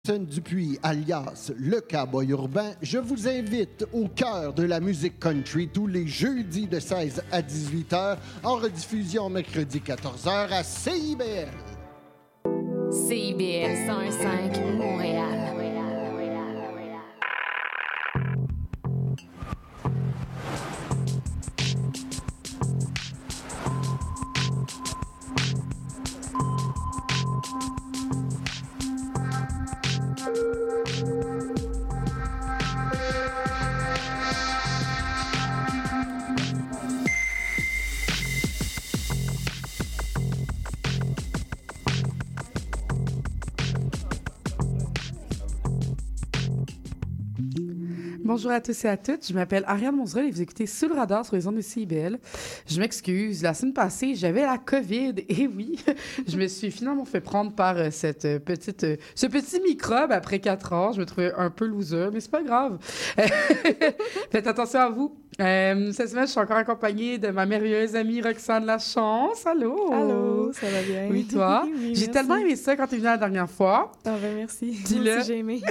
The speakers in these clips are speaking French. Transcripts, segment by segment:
Dupuis, alias Le Cowboy Urbain, je vous invite au cœur de la musique country tous les jeudis de 16 à 18 h, en rediffusion mercredi 14 h à CIBL. CIBL 101.5 Montréal. Bonjour à tous et à toutes, je m'appelle Ariane Monzerel et vous écoutez Sous le radar sur les ondes de CIBL. Je m'excuse, la semaine passée, j'avais la COVID et oui, je me suis finalement fait prendre par ce petit microbe après 4 ans. Je me trouvais un peu loser, mais c'est pas grave. Faites attention à vous. Cette semaine, je suis encore accompagnée de ma merveilleuse amie Roxane Lachance. Allô! Allô, ça va bien? Oui, toi? Oui, J'ai merci. tellement aimé ça quand tu es venue la dernière fois. Ah ben merci. Dis-le. Moi aussi, j'ai aimé.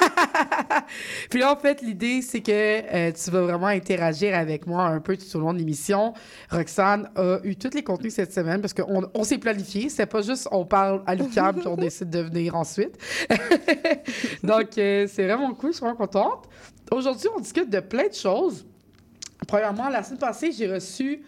Puis là, en fait, l'idée, c'est que tu vas vraiment interagir avec moi un peu tout au long de l'émission. Roxane a eu tous les contenus cette semaine parce qu'on s'est planifié. C'est pas juste on parle à l'UQAM puis on décide de venir ensuite. Donc, c'est vraiment cool. Je suis vraiment contente. Aujourd'hui, on discute de plein de choses. Premièrement, la semaine passée, j'ai reçu...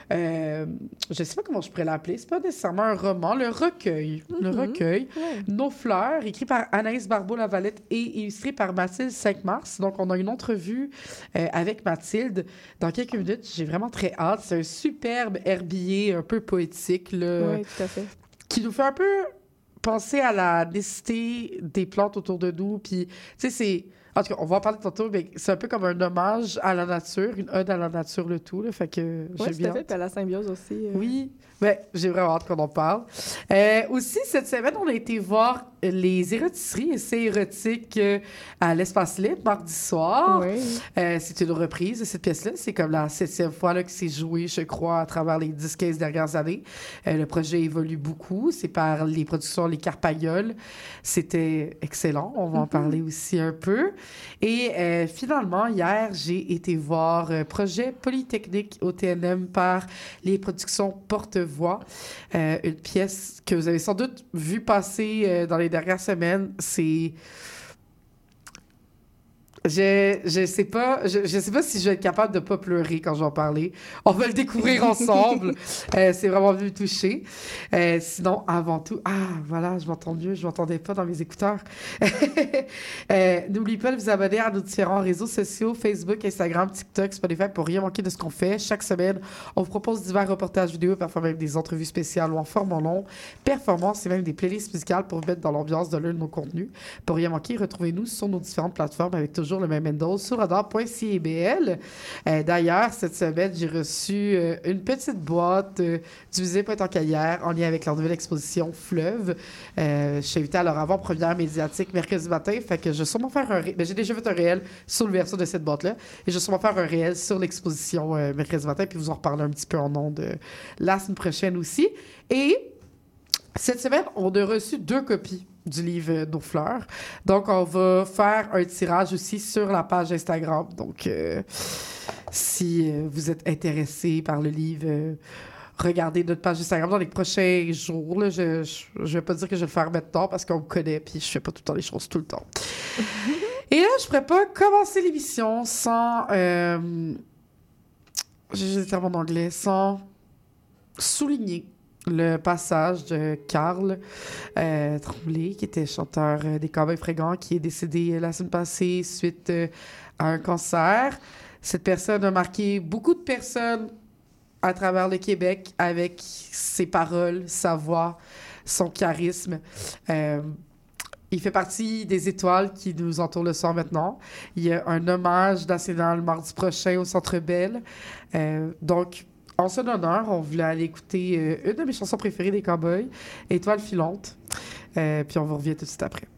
je sais pas comment je pourrais l'appeler, c'est pas nécessairement un roman, le recueil. Le recueil. Ouais. Nos fleurs, écrit par Anaïs Barbeau-Lavalette et illustré par Mathilde 5 mars. Donc, on a une entrevue avec Mathilde dans quelques minutes. J'ai vraiment très hâte. C'est un superbe herbier un peu poétique, là, Oui, tout à fait. qui nous fait un peu penser à la nécessité des plantes autour de nous. Puis, tu sais, c'est... En tout cas, on va en parler tantôt, mais c'est un peu comme un hommage à la nature, une ode à la nature, le tout. Là, fait que Oui, j'ai tout bien à fait. hâte. Puis à la symbiose aussi. Oui, ben, j'ai vraiment hâte qu'on en parle. Aussi, cette semaine, on a été voir les éroticeries, essais érotiques à l'Espace Libre, mardi soir. Oui. C'est une reprise de cette pièce-là. C'est comme la 7e fois là, que c'est joué, je crois, à travers les 10-15 dernières années. Le projet évolue beaucoup. C'est par les productions Les Carpagnols. C'était excellent. On va en parler aussi un peu. Et finalement, hier, j'ai été voir Projet Polytechnique au TNM par les productions Porte-Voix. Une pièce que vous avez sans doute vu passer dans les dernières semaines. C'est... Je sais pas si je vais être capable de pas pleurer quand je vais en parler. On va le découvrir ensemble. C'est vraiment venu me toucher. Sinon, avant tout... Ah, voilà, je m'entends mieux. Je m'entendais pas dans mes écouteurs. N'oubliez pas de vous abonner à nos différents réseaux sociaux, Facebook, Instagram, TikTok, Spotify, pour rien manquer de ce qu'on fait. Chaque semaine, on vous propose divers reportages vidéo, parfois même des entrevues spéciales ou en format long, performances et même des playlists musicales pour vous mettre dans l'ambiance de l'un de nos contenus. Pour rien manquer, retrouvez-nous sur nos différentes plateformes avec toujours le même handle sur radar.cibl. D'ailleurs, cette semaine, j'ai reçu une petite boîte du Musée Pointe-en-Caillère en lien avec leur nouvelle exposition Fleuve. Je suis invitée à leur avant-première médiatique mercredi matin, fait que je vais sûrement faire j'ai déjà fait un réel sur l'ouverture de cette boîte-là, et je vais sûrement faire un réel sur l'exposition mercredi matin, puis vous en reparler un petit peu en ondes la semaine prochaine aussi. Et cette semaine, on a reçu 2 copies du livre Nos fleurs. Donc, on va faire un tirage aussi sur la page Instagram. Donc, si vous êtes intéressé par le livre, regardez notre page Instagram dans les prochains jours. Là. Je vais pas dire que je vais le faire maintenant parce qu'on me connaît puis je fais pas tout le temps les choses tout le temps. Et là, je pourrais pas commencer l'émission sans... j'ai le terme en anglais. Sans souligner le passage de Carl Tremblay, qui était chanteur des Cowboys Fringants, qui est décédé la semaine passée suite à un cancer. Cette personne a marqué beaucoup de personnes à travers le Québec avec ses paroles, sa voix, son charisme. Il fait partie des étoiles qui nous entourent le soir maintenant. Il y a un hommage national mardi prochain au Centre Bell. Donc, en son honneur, on voulait aller écouter une de mes chansons préférées des Cowboys, Étoile filante. Puis on vous revient tout de suite après.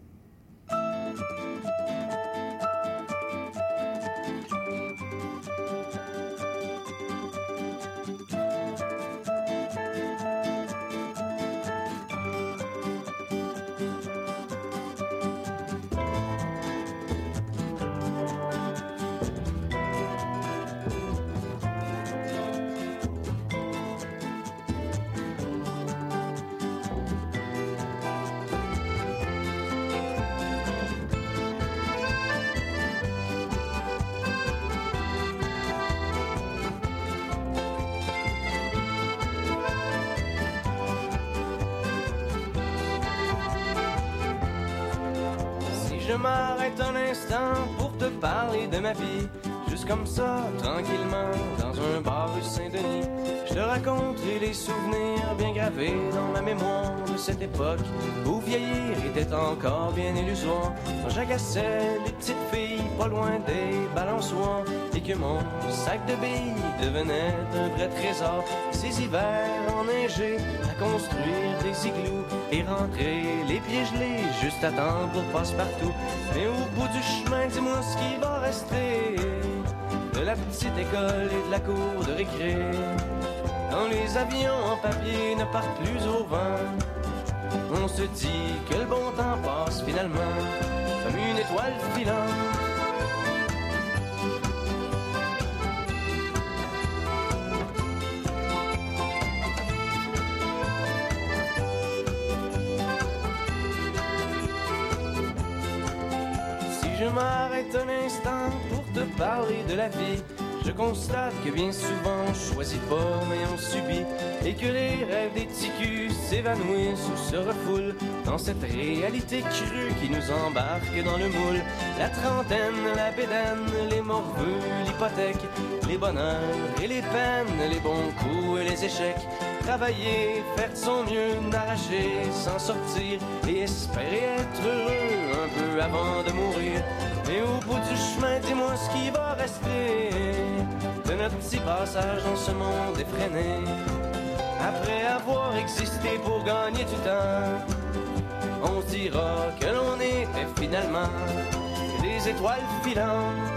je m'arrête un instant pour te parler de ma vie, juste comme ça, tranquillement, dans un bar rue Saint-Denis, je te raconterai les souvenirs bien gravés dans ma mémoire de cette époque où vieillir était encore bien illusoire, quand j'agaçais les petites filles pas loin des balançoires et que mon sac de billes devenait un vrai trésor. Ces hivers enneigés à construire des igloos et rentrer les pieds gelés juste à temps pour passe-partout. Mais au bout du chemin, dis-moi ce qui va rester de la petite école et de la cour de récré. Quand les avions en papier ne partent plus au vent, on se dit que le bon temps passe finalement comme une étoile filante. Je m'arrête un instant pour te parler de la vie. Je constate que bien souvent on choisit pas mais on subit, et que les rêves des ticus s'évanouissent ou se refoulent dans cette réalité crue qui nous embarque dans le moule. La trentaine, la bédaine, les morveux, l'hypothèque, les bonheurs et les peines, les bons coups et les échecs. Travailler, faire de son mieux, n'arracher, s'en sortir et espérer être heureux un peu avant de mourir. Et au bout du chemin, dis-moi ce qui va rester de notre petit passage dans ce monde effréné. Après avoir existé pour gagner du temps, on se dira que l'on était finalement des étoiles filantes.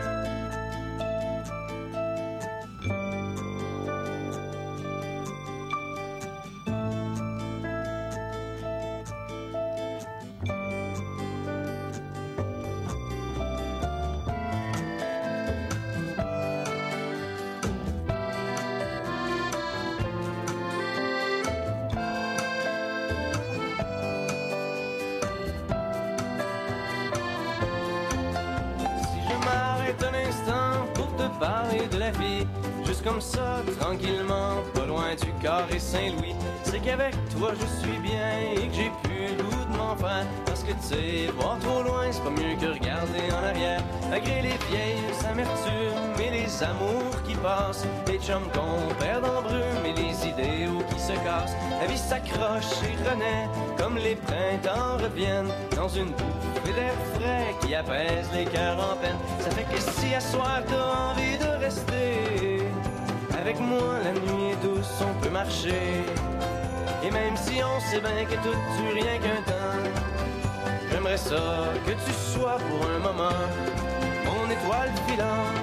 Un instant pour te parler de la vie, juste comme ça, tranquillement, pas loin du carré Saint-Louis. C'est qu'avec toi je suis bien et que j'ai plus le goût de m'en faire, parce que tu sais, voir trop loin c'est pas mieux que regarder en arrière. Malgré les vieilles amertumes et les amours qui passent, les chums qu'on perd en brume et les idéaux qui se cassent, la vie s'accroche et renaît comme les printemps reviennent dans une bouffée d'air frais qui apaise les cœurs en peine. Ça fait que si à soir t'as envie de rester avec moi, la nuit est douce, on peut marcher. Et même si on sait bien que tout dure rien qu'un temps, j'aimerais ça que tu sois pour un moment mon étoile filante.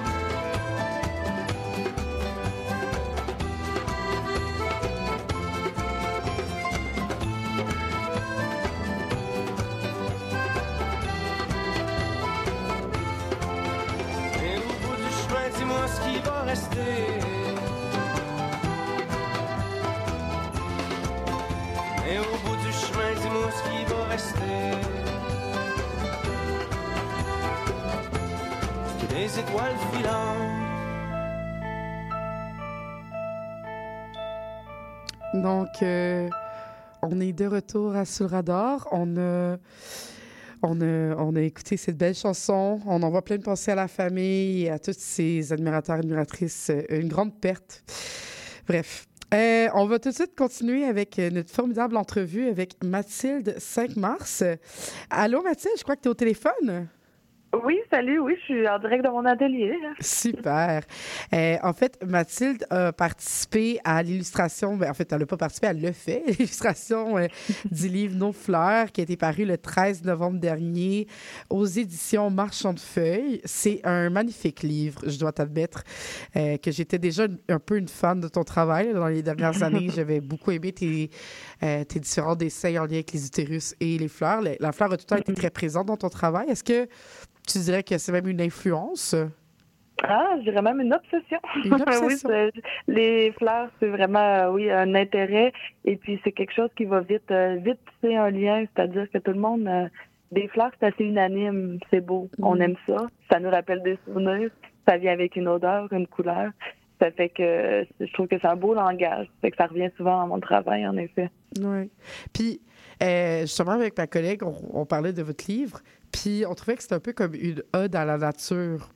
Et au bout du chemin, dis-moi ce qui va rester. Et au bout du chemin, dis-moi ce qui va rester. Des étoiles filantes. Donc, on est de retour à Sous le radar. On a écouté cette belle chanson. On envoie plein de pensées à la famille et à tous ces admirateurs et admiratrices. Une grande perte. Bref. On va tout de suite continuer avec notre formidable entrevue avec Mathilde 5 mars. Allô, Mathilde, je crois que tu es au téléphone. Oui, salut, oui, je suis en direct de mon atelier. Super. En fait, Mathilde a participé à l'illustration, en fait, elle n'a pas participé, elle l'a fait, l'illustration du livre Nos fleurs, qui a été paru le 13 novembre dernier aux éditions Marchand de Feuilles. C'est un magnifique livre, je dois t'admettre, que j'étais déjà un peu une fan de ton travail. Dans les dernières années, j'avais beaucoup aimé tes différents dessins en lien avec les utérus et les fleurs. La fleur a tout le temps été très présente dans ton travail. Est-ce que tu dirais que c'est même une influence? Ah, je dirais même une obsession. Une obsession. Oui, les fleurs, c'est vraiment, oui, un intérêt. Et puis, c'est quelque chose qui va vite tisser un lien. C'est-à-dire que tout le monde, des fleurs, c'est assez unanime. C'est beau. On aime ça. Ça nous rappelle des souvenirs. Ça vient avec une odeur, une couleur. Ça fait que je trouve que c'est un beau langage. Ça fait que ça revient souvent dans mon travail, en effet. Oui. Puis, Justement, avec ma collègue, on parlait de votre livre, puis on trouvait que c'était un peu comme une ode à la nature.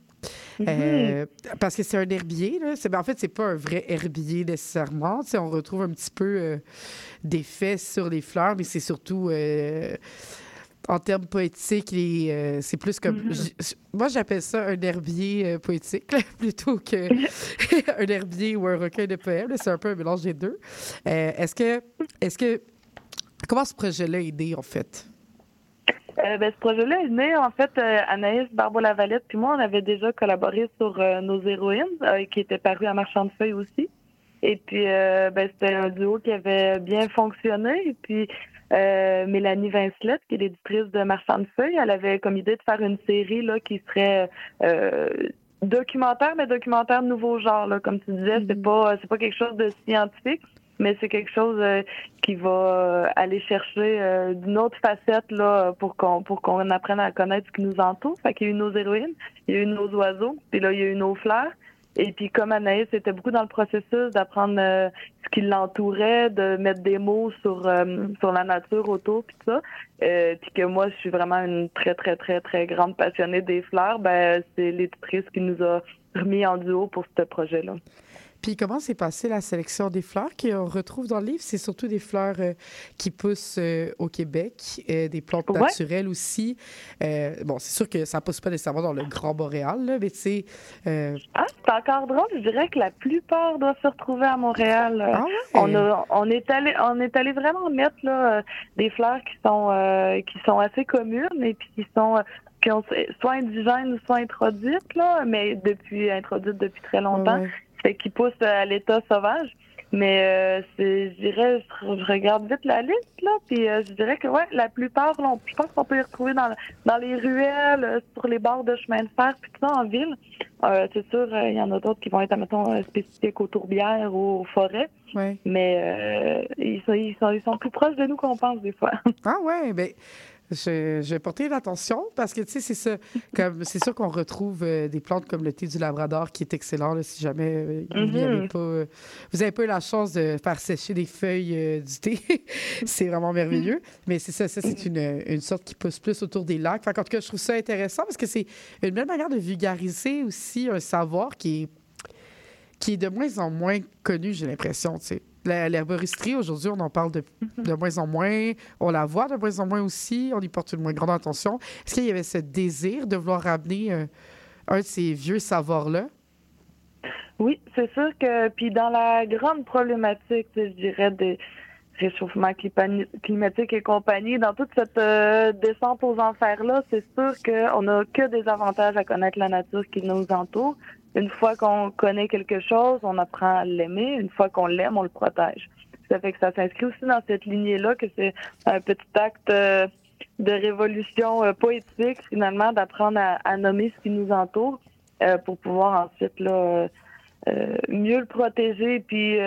Parce que c'est un herbier, là. En fait, c'est pas un vrai herbier nécessairement. Tu sais, on retrouve un petit peu d'effets sur les fleurs, mais c'est surtout... en termes poétiques, c'est plus comme... Moi, j'appelle ça un herbier poétique, là, plutôt qu'un herbier ou un recueil de poèmes. Là. C'est un peu un mélange des deux. Est-ce que... Comment ce projet-là est né, en fait? Ce projet-là est né, en fait, Anaïs Barbeau-Lavalette puis moi, on avait déjà collaboré sur Nos héroïnes, qui était paru à Marchand de Feuilles aussi. Et puis, c'était un duo qui avait bien fonctionné. Et puis, Mélanie Vincelette, qui est l'éditrice de Marchand de Feuilles, elle avait comme idée de faire une série là qui serait documentaire, mais documentaire nouveau genre. Là. Comme tu disais, c'est pas quelque chose de scientifique, mais c'est quelque chose qui va aller chercher d'une autre facette là pour qu'on apprenne à connaître ce qui nous entoure. Fait qu'il y a eu Nos héroïnes, il y a eu Nos oiseaux, puis là, il y a eu Nos fleurs. Et puis, comme Anaïs était beaucoup dans le processus d'apprendre ce qui l'entourait, de mettre des mots sur la nature autour, puis ça, puis que moi, je suis vraiment une très, très, très, très grande passionnée des fleurs, c'est l'éditrice qui nous a remis en duo pour ce projet-là. Puis comment s'est passée la sélection des fleurs qu'on retrouve dans le livre? C'est surtout des fleurs qui poussent au Québec, des plantes naturelles aussi. Bon, c'est sûr que ça ne pousse pas nécessairement dans le Grand Montréal, là, mais tu sais... c'est encore drôle. Je dirais que la plupart doivent se retrouver à Montréal. On est allé vraiment mettre là, des fleurs qui sont assez communes et puis qui ont soit indigènes ou soit introduites, là, mais introduites depuis très longtemps. Fait qu'ils poussent à l'état sauvage. Mais je dirais, je regarde vite la liste, là, puis je dirais que la plupart, là, je pense qu'on peut les retrouver dans les ruelles, sur les bords de chemin de fer, puis tout ça en ville. C'est sûr, il y en a d'autres qui vont être, admettons, spécifiques aux tourbières ou aux forêts. Ouais. Mais ils sont plus proches de nous qu'on pense des fois. Ah ouais, bien... Je vais porter l'attention parce que, tu sais, c'est ça. C'est sûr qu'on retrouve des plantes comme le thé du Labrador qui est excellent, là, si jamais vous n'avez pas eu la chance de faire sécher des feuilles du thé. C'est vraiment merveilleux. Mais c'est ça c'est une sorte qui pousse plus autour des lacs. En tout cas, je trouve ça intéressant parce que c'est une belle manière de vulgariser aussi un savoir qui est de moins en moins connu, j'ai l'impression, tu sais. L'herboristerie, aujourd'hui, on en parle de moins en moins. On la voit de moins en moins aussi. On y porte une moins grande attention. Est-ce qu'il y avait ce désir de vouloir ramener un de ces vieux savoirs-là? Oui, c'est sûr que... Puis dans la grande problématique, je dirais, des réchauffements climatiques et compagnie, dans toute cette descente aux enfers-là, c'est sûr qu'on n'a que des avantages à connaître la nature qui nous entoure. Une fois qu'on connaît quelque chose, on apprend à l'aimer. Une fois qu'on l'aime, on le protège. Ça fait que ça s'inscrit aussi dans cette lignée-là, que c'est un petit acte de révolution poétique, finalement, d'apprendre à nommer ce qui nous entoure pour pouvoir ensuite là, mieux le protéger. Puis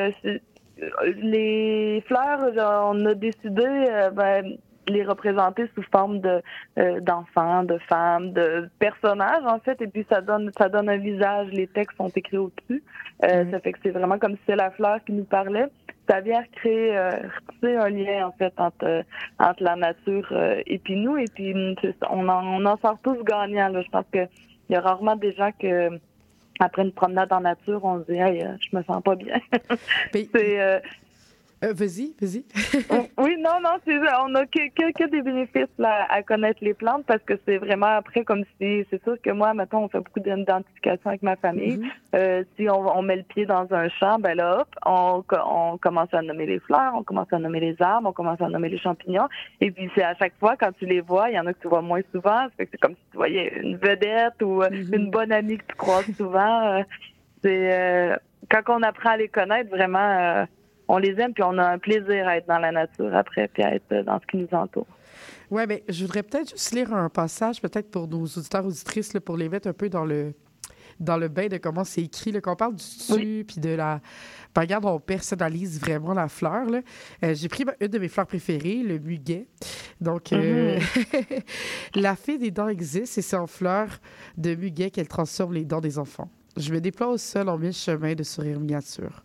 les fleurs, on a décidé... les représenter sous forme d'enfants, de femmes, de personnages en fait, et puis ça donne un visage, les textes sont écrits au-dessus. Ça fait que c'est vraiment comme si c'était la fleur qui nous parlait. Ça vient créer un lien en fait entre la nature et puis nous, et puis on en sort tous gagnants là. Je pense que il y a rarement des gens que après une promenade en nature, on se dit hey, je me sens pas bien. C'est Vas-y. Oui, non, on a que des bénéfices là, à connaître les plantes parce que c'est vraiment après comme si, c'est sûr que moi, maintenant, on fait beaucoup d'identification avec ma famille. Si on met le pied dans un champ, ben là, hop, on commence à nommer les fleurs, on commence à nommer les arbres, on commence à nommer les champignons. Et puis c'est à chaque fois, quand tu les vois, il y en a que tu vois moins souvent. C'est comme si tu voyais une vedette ou une bonne amie que tu croises souvent. C'est quand on apprend à les connaître, vraiment... on les aime, puis on a un plaisir à être dans la nature après, puis à être dans ce qui nous entoure. Oui, bien, je voudrais peut-être juste lire un passage, peut-être pour nos auditeurs, auditrices, là, pour les mettre un peu dans le bain de comment c'est écrit, là, qu'on parle du dessus, puis de la... Ben, regarde, on personnalise vraiment la fleur, là. J'ai pris une de mes fleurs préférées, le muguet. Donc, la fée des dents existe, et c'est en fleurs de muguet qu'elle transforme les dents des enfants. Je me déploie au sol en mille chemins de sourire miniature.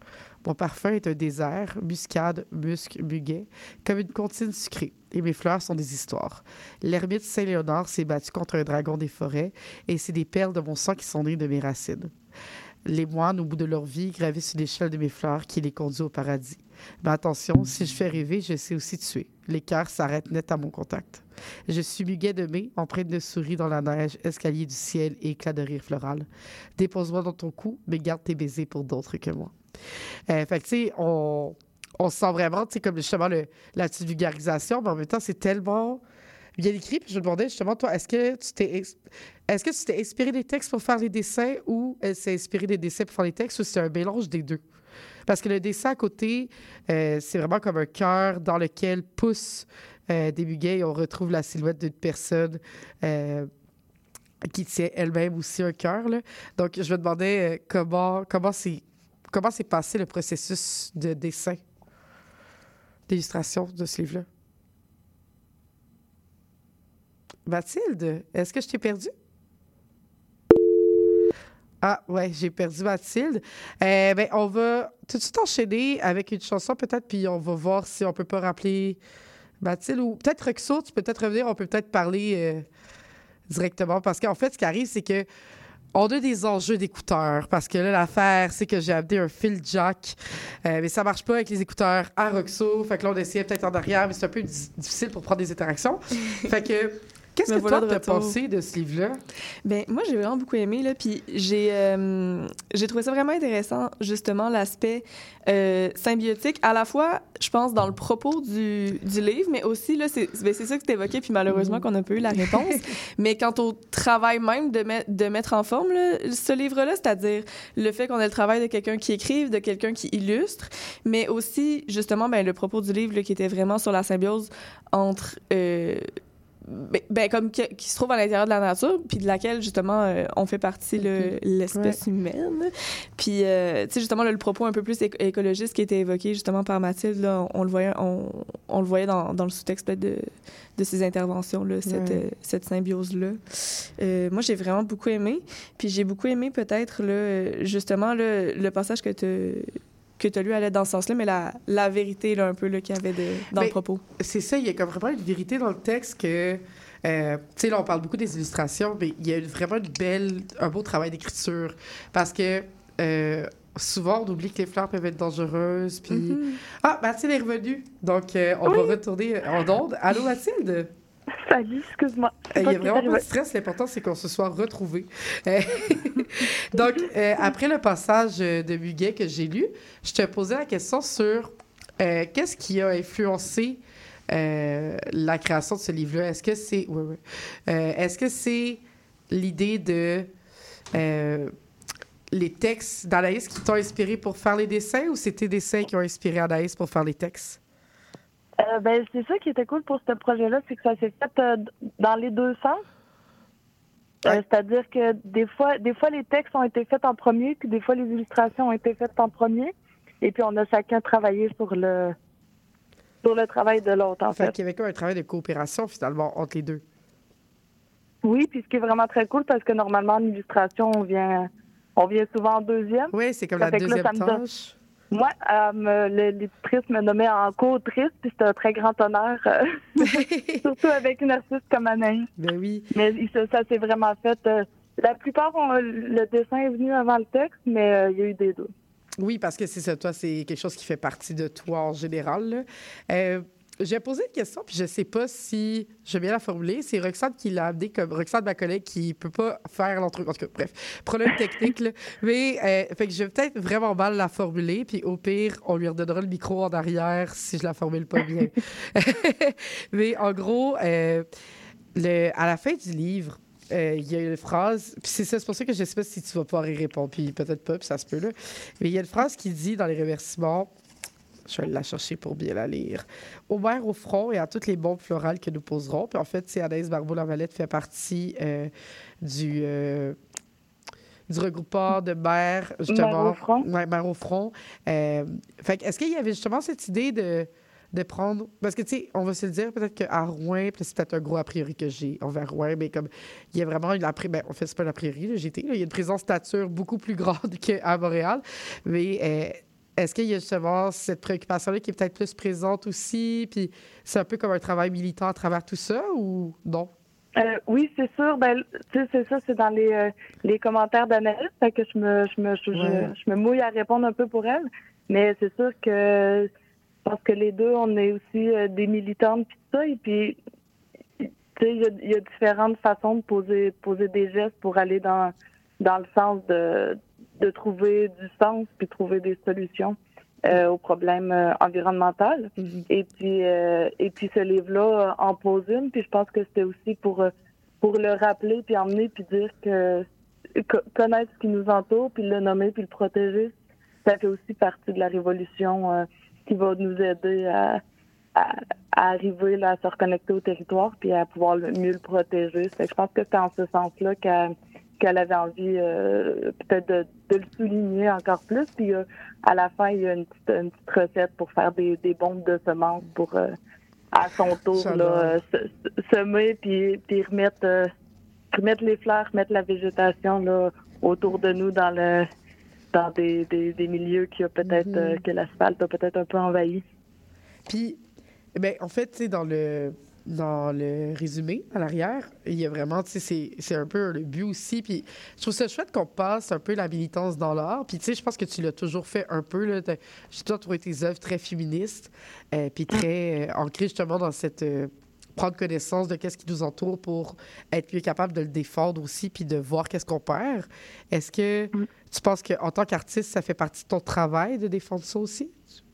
Mon parfum est un désert, muscade, musc, muguet, comme une comptine sucrée. Et mes fleurs sont des histoires. L'ermite Saint-Léonard s'est battu contre un dragon des forêts, et c'est des perles de mon sang qui sont nées de mes racines. Les moines, au bout de leur vie, gravissent une échelle de mes fleurs qui les conduit au paradis. Mais attention, si je fais rêver, je sais aussi tuer. Les cœurs s'arrêtent net à mon contact. Je suis muguet de mai, empreinte de souris dans la neige, escalier du ciel et éclat de rire floral. Dépose-moi dans ton cou, mais garde tes baisers pour d'autres que moi. Fait que, tu sais, on se sent vraiment, tu sais, comme justement la petite vulgarisation, mais en même temps, c'est tellement bien écrit. Puis je me demandais justement, toi, est-ce que tu t'es inspiré des textes pour faire les dessins ou elle s'est inspirée des dessins pour faire les textes ou c'est un mélange des deux? Parce que le dessin à côté, c'est vraiment comme un cœur dans lequel poussent des muguets et on retrouve la silhouette d'une personne qui tient elle-même aussi un cœur, là. Donc, je me demandais comment s'est passé le processus de dessin, d'illustration de ce livre-là. Mathilde, est-ce que je t'ai perdu? Ah, ouais, j'ai perdu Mathilde. Ben, on va tout de suite enchaîner avec une chanson, peut-être, puis on va voir si on peut pas rappeler Mathilde. Ou peut-être Roxo, tu peux peut-être revenir, on peut peut-être parler directement. Parce qu'en fait, ce qui arrive, c'est que on a des enjeux d'écouteurs. Parce que là, l'affaire, c'est que j'ai amené un fil jack. Mais ça marche pas avec les écouteurs à Roxo. Fait que là, on essayait peut-être en arrière, mais c'est un peu difficile pour prendre des interactions. Fait que... Qu'est-ce que toi, t'as pensé de ce livre-là? Ben moi, j'ai vraiment beaucoup aimé, là, puis j'ai trouvé ça vraiment intéressant, justement, l'aspect symbiotique, à la fois, je pense, dans le propos du livre, mais aussi, là, c'est ça que tu évoquais, puis malheureusement qu'on n'a pas eu la réponse, mais quant au travail même de mettre en forme là, ce livre-là, c'est-à-dire le fait qu'on ait le travail de quelqu'un qui écrive, de quelqu'un qui illustre, mais aussi, justement, ben, le propos du livre là, qui était vraiment sur la symbiose entre... comme qui se trouve à l'intérieur de la nature, puis de laquelle, justement, on fait partie, l'espèce humaine. Puis, tu sais, justement, là, le propos un peu plus écologiste qui était évoqué, justement, par Mathilde, là, on le voyait dans le sous-texte de ses interventions, là, cette symbiose-là. Moi, j'ai vraiment beaucoup aimé. Puis j'ai beaucoup aimé, peut-être, là, justement, là, le passage que tu as lu allait dans ce sens-là, mais la vérité, là, un peu, là, qu'il y avait dans le propos. C'est ça, il y a comme vraiment une vérité dans le texte que... tu sais, là, on parle beaucoup des illustrations, mais il y a vraiment un beau travail d'écriture. Parce que souvent, on oublie que les fleurs peuvent être dangereuses, puis... Ah, Mathilde est revenue! Donc, on va retourner en onde. Allô, Mathilde? Salut, excuse-moi. Il n'y a vraiment pas de stress. L'important, c'est qu'on se soit retrouvés. Donc, après le passage de Muguet que j'ai lu, je te posais la question sur qu'est-ce qui a influencé la création de ce livre-là. Est-ce que c'est... est-ce que c'est l'idée de... les textes d'Anaïs qui t'ont inspiré pour faire les dessins ou c'était des dessins qui ont inspiré Anaïs pour faire les textes? Ben, c'est ça qui était cool pour ce projet-là, c'est que ça s'est fait dans les deux sens. C'est-à-dire que des fois, les textes ont été faits en premier, puis des fois, les illustrations ont été faites en premier. Et puis, on a chacun travaillé sur le travail de l'autre, en fait. Qu'il y avait comme un travail de coopération, finalement, entre les deux. Oui, puis ce qui est vraiment très cool, parce que normalement, en illustration, on vient souvent en deuxième. Oui, c'est comme la deuxième tâche. Moi, l'éditrice me nommait en co-autrice, puis c'était un très grand honneur, surtout avec une artiste comme Anaïs. Ben oui. Mais ça s'est vraiment fait. La plupart, le dessin est venu avant le texte, mais il y a eu des doutes. Oui, parce que c'est ça, toi, c'est quelque chose qui fait partie de toi en général, là. J'ai posé une question, puis je sais pas si je vais bien la formuler. C'est Roxane qui l'a amené, comme Roxane, ma collègue, qui peut pas faire l'entrevue. En tout cas, bref, problème technique, là. Mais, fait que je vais peut-être vraiment mal la formuler, puis au pire, on lui redonnera le micro en arrière si je la formule pas bien. Mais en gros, à la fin du livre, il y a une phrase, puis c'est pour ça que je sais pas si tu vas pouvoir y répondre, puis peut-être pas, puis ça se peut, là. Mais il y a une phrase qui dit dans les remerciements... Je vais la chercher pour bien la lire. Au maire au front et à toutes les bombes florales que nous poserons. Puis en fait, c'est Anaïs Barbeau-Lavalette fait partie du regroupement de maires, justement. Maire au front. Ouais, maire au front. Fait est-ce qu'il y avait justement cette idée de prendre... Parce que, tu sais, on va se le dire, peut-être qu'à Rouen, puis c'est peut-être un gros a priori que j'ai envers Rouen, mais comme il y a vraiment une... en fait, c'est pas un a priori, là, il y a une présence stature beaucoup plus grande qu'à Montréal. Mais... est-ce qu'il y a justement cette préoccupation-là qui est peut-être plus présente aussi? Puis c'est un peu comme un travail militant à travers tout ça ou non? Oui, c'est sûr. Ben, tu sais, c'est ça, c'est dans les commentaires d'analyse, fait que je me mouille à répondre un peu pour elle. Mais c'est sûr que je pense que les deux, on est aussi des militantes puis tout ça. Et puis, tu sais, il y a différentes façons de poser des gestes pour aller dans le sens de trouver du sens puis trouver des solutions aux problèmes environnementaux. Mm-hmm. Et puis ce livre-là en pose une. Puis je pense que c'était aussi pour le rappeler puis emmener puis dire que connaître ce qui nous entoure puis le nommer puis le protéger, ça fait aussi partie de la révolution qui va nous aider à arriver là, à se reconnecter au territoire puis à pouvoir mieux le protéger. Fait que je pense que c'est en ce sens-là qu'elle avait envie peut-être de le souligner encore plus. Puis à la fin, il y a une petite recette pour faire des bombes de semences pour à son tour là, semer puis remettre les fleurs, remettre la végétation là, autour de nous dans des milieux qui a peut-être que l'asphalte a peut-être un peu envahi. Puis, ben en fait, tu sais, dans le résumé à l'arrière, il y a vraiment, tu sais, c'est un peu le but aussi. Puis je trouve ça chouette qu'on passe un peu la militance dans l'art. Puis tu sais, je pense que tu l'as toujours fait un peu. Là, j'ai toujours trouvé tes œuvres très féministes, puis très ancrées justement dans cette prendre connaissance de qu'est-ce qui nous entoure pour être mieux capable de le défendre aussi, puis de voir qu'est-ce qu'on perd. Est-ce que tu penses qu'en tant qu'artiste, ça fait partie de ton travail de défendre ça aussi?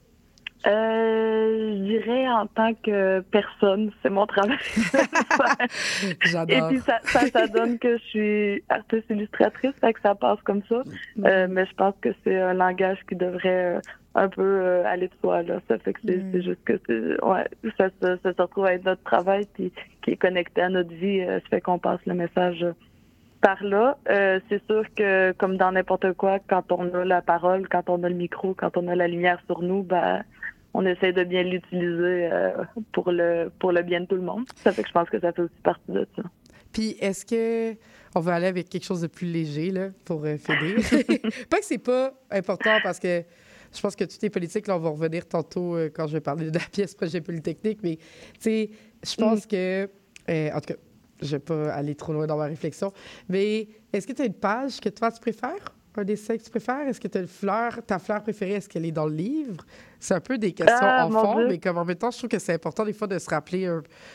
Je dirais en tant que personne, c'est mon travail. J'adore. Et puis ça donne que je suis artiste illustratrice, fait que ça passe comme ça. Mais je pense que c'est un langage qui devrait un peu aller de soi, là. Ça fait que c'est juste que ça se retrouve à être notre travail puis qui est connecté à notre vie. Ça fait qu'on passe le message par là. C'est sûr que comme dans n'importe quoi, quand on a la parole, quand on a le micro, quand on a la lumière sur nous, ben on essaie de bien l'utiliser pour le bien de tout le monde. Ça fait que je pense que ça fait aussi partie de ça. Puis, est-ce que on va aller avec quelque chose de plus léger là, pour finir? Pas que c'est pas important parce que je pense que tout est politique. Là, on va revenir tantôt quand je vais parler de la pièce Projet Polytechnique. Mais, tu sais, je pense que... en tout cas, je vais pas aller trop loin dans ma réflexion. Mais est-ce que tu as une page que toi, tu préfères? Un dessin que tu préfères? Est-ce que tu as ta fleur préférée, est-ce qu'elle est dans le livre? C'est un peu des questions en fond, mais comme en même temps, je trouve que c'est important des fois de se rappeler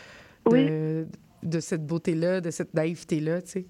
de cette beauté-là, de cette naïveté-là, tu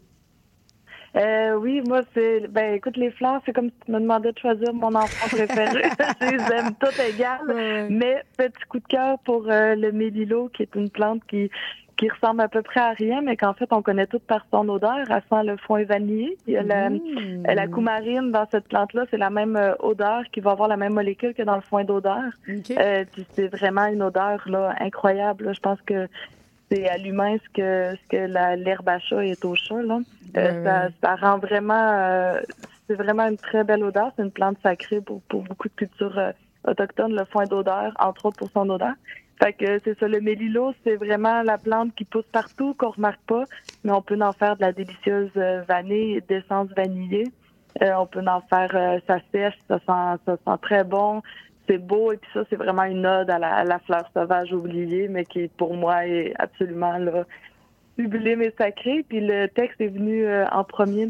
sais. Oui, moi, écoute, les fleurs, c'est comme si tu me demandais de choisir mon enfant préféré. Je les aime toutes égales. Mais petit coup de cœur pour le mélilo, qui est une plante qui ressemble à peu près à rien, mais qu'en fait, on connaît toute par son odeur. Elle sent le foin vanillé. Il y a la coumarine dans cette plante-là, c'est la même odeur qui va avoir la même molécule que dans le foin d'odeur. Okay. Puis c'est vraiment une odeur là, incroyable. Là. Je pense que c'est à l'humain ce que l'herbe à chat est au chat. Là. Ça rend vraiment... c'est vraiment une très belle odeur. C'est une plante sacrée pour beaucoup de cultures autochtones, le foin d'odeur, entre autres pour son odeur. Fait que c'est ça, le mélilo, c'est vraiment la plante qui pousse partout, qu'on remarque pas, mais on peut en faire de la délicieuse vanille, d'essence vanillée. On peut en faire, ça sèche, ça sent très bon, c'est beau, et puis ça, c'est vraiment une ode à la fleur sauvage oubliée, mais qui, pour moi, est absolument là, sublime et sacrée. Puis le texte est venu en premier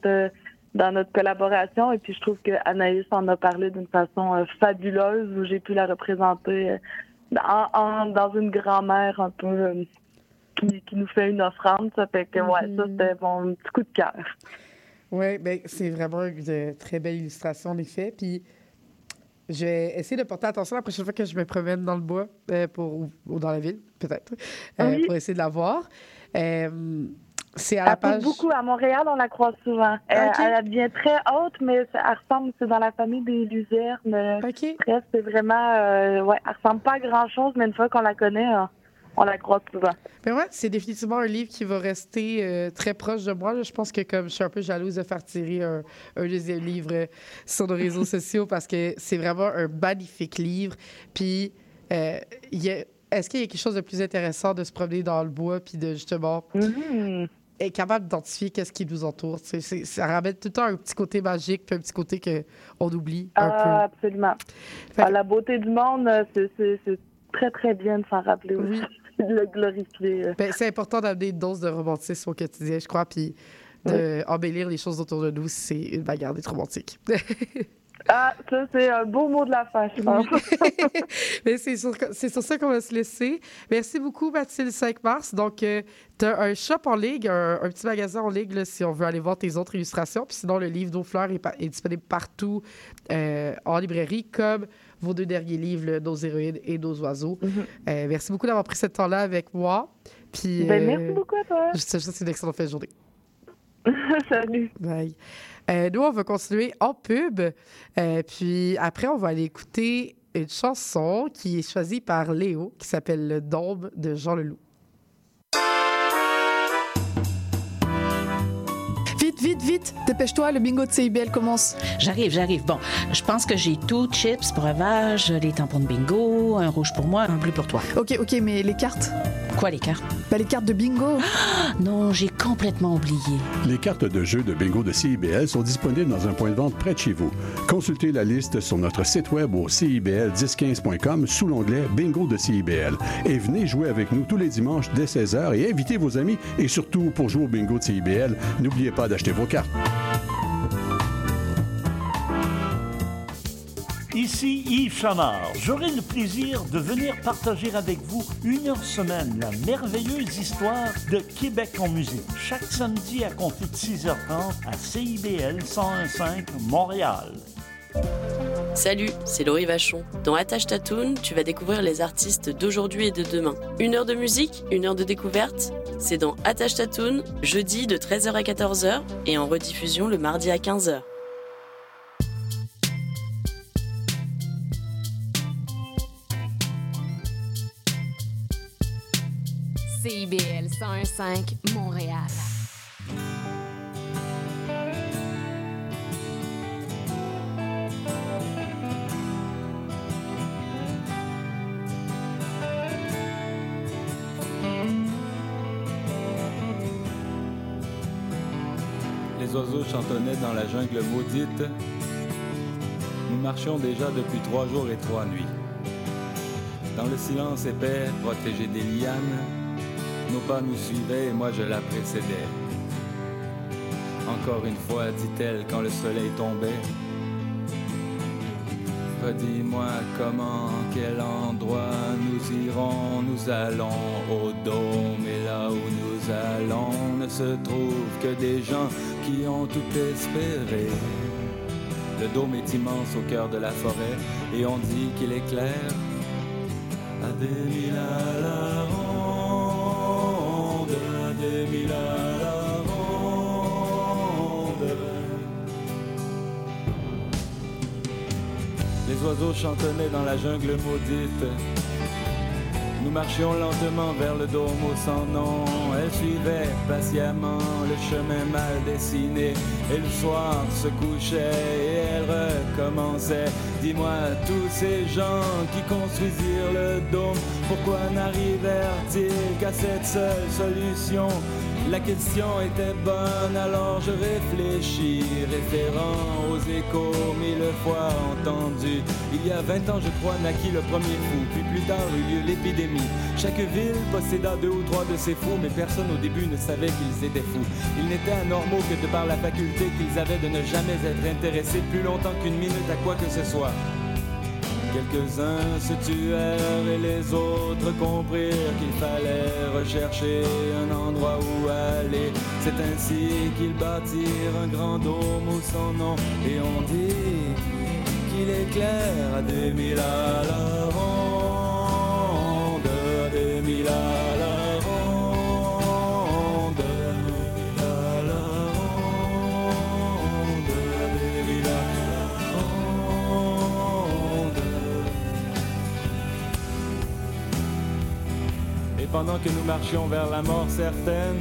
dans notre collaboration, et puis je trouve que Anaïs en a parlé d'une façon fabuleuse, où j'ai pu la représenter dans une grand-mère un peu qui nous fait une offrande. Ça fait que, ça, c'était mon petit coup de cœur. Oui, bien, c'est vraiment une très belle illustration, en effet. Puis, je vais essayer de porter attention la prochaine fois que je me promène dans le bois ou dans la ville, peut-être, pour essayer de la voir. C'est à la page... pousse beaucoup. À Montréal, on la croise souvent. Elle devient très haute, mais elle ressemble, c'est dans la famille des luzernes. Presque, c'est vraiment... elle ressemble pas à grand-chose, mais une fois qu'on la connaît, on la croise souvent. Mais ouais, c'est définitivement un livre qui va rester très proche de moi. Je pense que comme je suis un peu jalouse de faire tirer un deuxième livre sur nos réseaux sociaux parce que c'est vraiment un magnifique livre. Puis, est-ce qu'il y a quelque chose de plus intéressant de se promener dans le bois puis de justement... est capable d'identifier qu'est-ce qui nous entoure. Ça ramène tout le temps un petit côté magique, puis un petit côté qu'on oublie un peu. Absolument. La beauté du monde, c'est très, très bien de s'en rappeler aussi. De le glorifier. C'est important d'amener une dose de romantisme au quotidien, je crois, puis d'embellir les choses autour de nous, c'est une bagarre d'être romantique. Ça, c'est un beau mot de la fin, je pense. Mais c'est sur ça qu'on va se laisser. Merci beaucoup, Mathilde 5 mars. Donc, tu as un shop en ligne, un petit magasin en ligne, là, si on veut aller voir tes autres illustrations. Puis sinon, le livre d'Eau Fleur est disponible partout en librairie, comme vos 2 derniers livres, là, Nos héroïnes et Nos oiseaux. Merci beaucoup d'avoir pris ce temps-là avec moi. Puis, merci beaucoup à toi. Je te souhaite une excellente fin de journée. Salut. Bye. Nous, on va continuer en pub. Puis après, on va aller écouter une chanson qui est choisie par Léo, qui s'appelle Le Dôme de Jean Leloup. Vite, dépêche-toi, le bingo de CIBL commence. J'arrive. Bon, je pense que j'ai tout, chips, breuvage, les tampons de bingo, un rouge pour moi, un bleu pour toi. Ok, mais les cartes? Quoi, les cartes? Les cartes de bingo. Non, j'ai complètement oublié. Les cartes de jeu de bingo de CIBL sont disponibles dans un point de vente près de chez vous. Consultez la liste sur notre site web au cibl1015.com sous l'onglet Bingo de CIBL. Et venez jouer avec nous tous les dimanches dès 16h et invitez vos amis. Et surtout, pour jouer au bingo de CIBL, n'oubliez pas d'acheter vos cartes. Ici Yves Chamard. J'aurai le plaisir de venir partager avec vous une heure semaine la merveilleuse histoire de Québec en musique. Chaque samedi à compter de 6h30 à CIBL 101.5 Montréal. Salut, c'est Laurie Vachon. Dans Attache ta toune, tu vas découvrir les artistes d'aujourd'hui et de demain. 1 heure de musique, 1 heure de découverte. C'est dans Attache ta toune, jeudi de 13h à 14h et en rediffusion le mardi à 15h. CIBL 101.5 Montréal. Les oiseaux chantonnaient dans la jungle maudite. Nous marchions déjà depuis 3 jours et 3 nuits. Dans le silence épais, protégé des lianes, nos pas nous suivaient et moi je la précédais. Encore une fois, dit-elle quand le soleil tombait. Redis-moi comment, quel endroit nous irons. Nous allons au dôme et là où nous allons ne se trouve que des gens qui ont tout espéré. Le dôme est immense au cœur de la forêt et on dit qu'il est clair à des mille à la ronde, à des mille à la ronde. Les oiseaux chantonnaient dans la jungle maudite. Nous marchions lentement vers le dôme au sans nom. Elle suivait patiemment le chemin mal dessiné. Et le soir se couchait et elle recommençait. Dis-moi, tous ces gens qui construisirent le dôme, pourquoi n'arrivèrent-ils qu'à cette seule solution? La question était bonne, alors je réfléchis, référant aux échos 1000 fois entendus. Il y a 20 ans, je crois, naquit le premier fou, puis plus tard eut lieu l'épidémie. Chaque ville posséda 2 ou 3 de ces fous, mais personne au début ne savait qu'ils étaient fous. Ils n'étaient anormaux que de par la faculté qu'ils avaient de ne jamais être intéressés plus longtemps qu'une minute à quoi que ce soit. Quelques-uns se tuèrent et les autres comprirent qu'il fallait rechercher un endroit où aller. C'est ainsi qu'ils bâtirent un grand dôme où son nom. Et on dit qu'il éclaire à des mille à la ronde, à des mille à la ronde, à la ronde, à des mille à la ronde. Et pendant que nous marchions vers la mort certaine,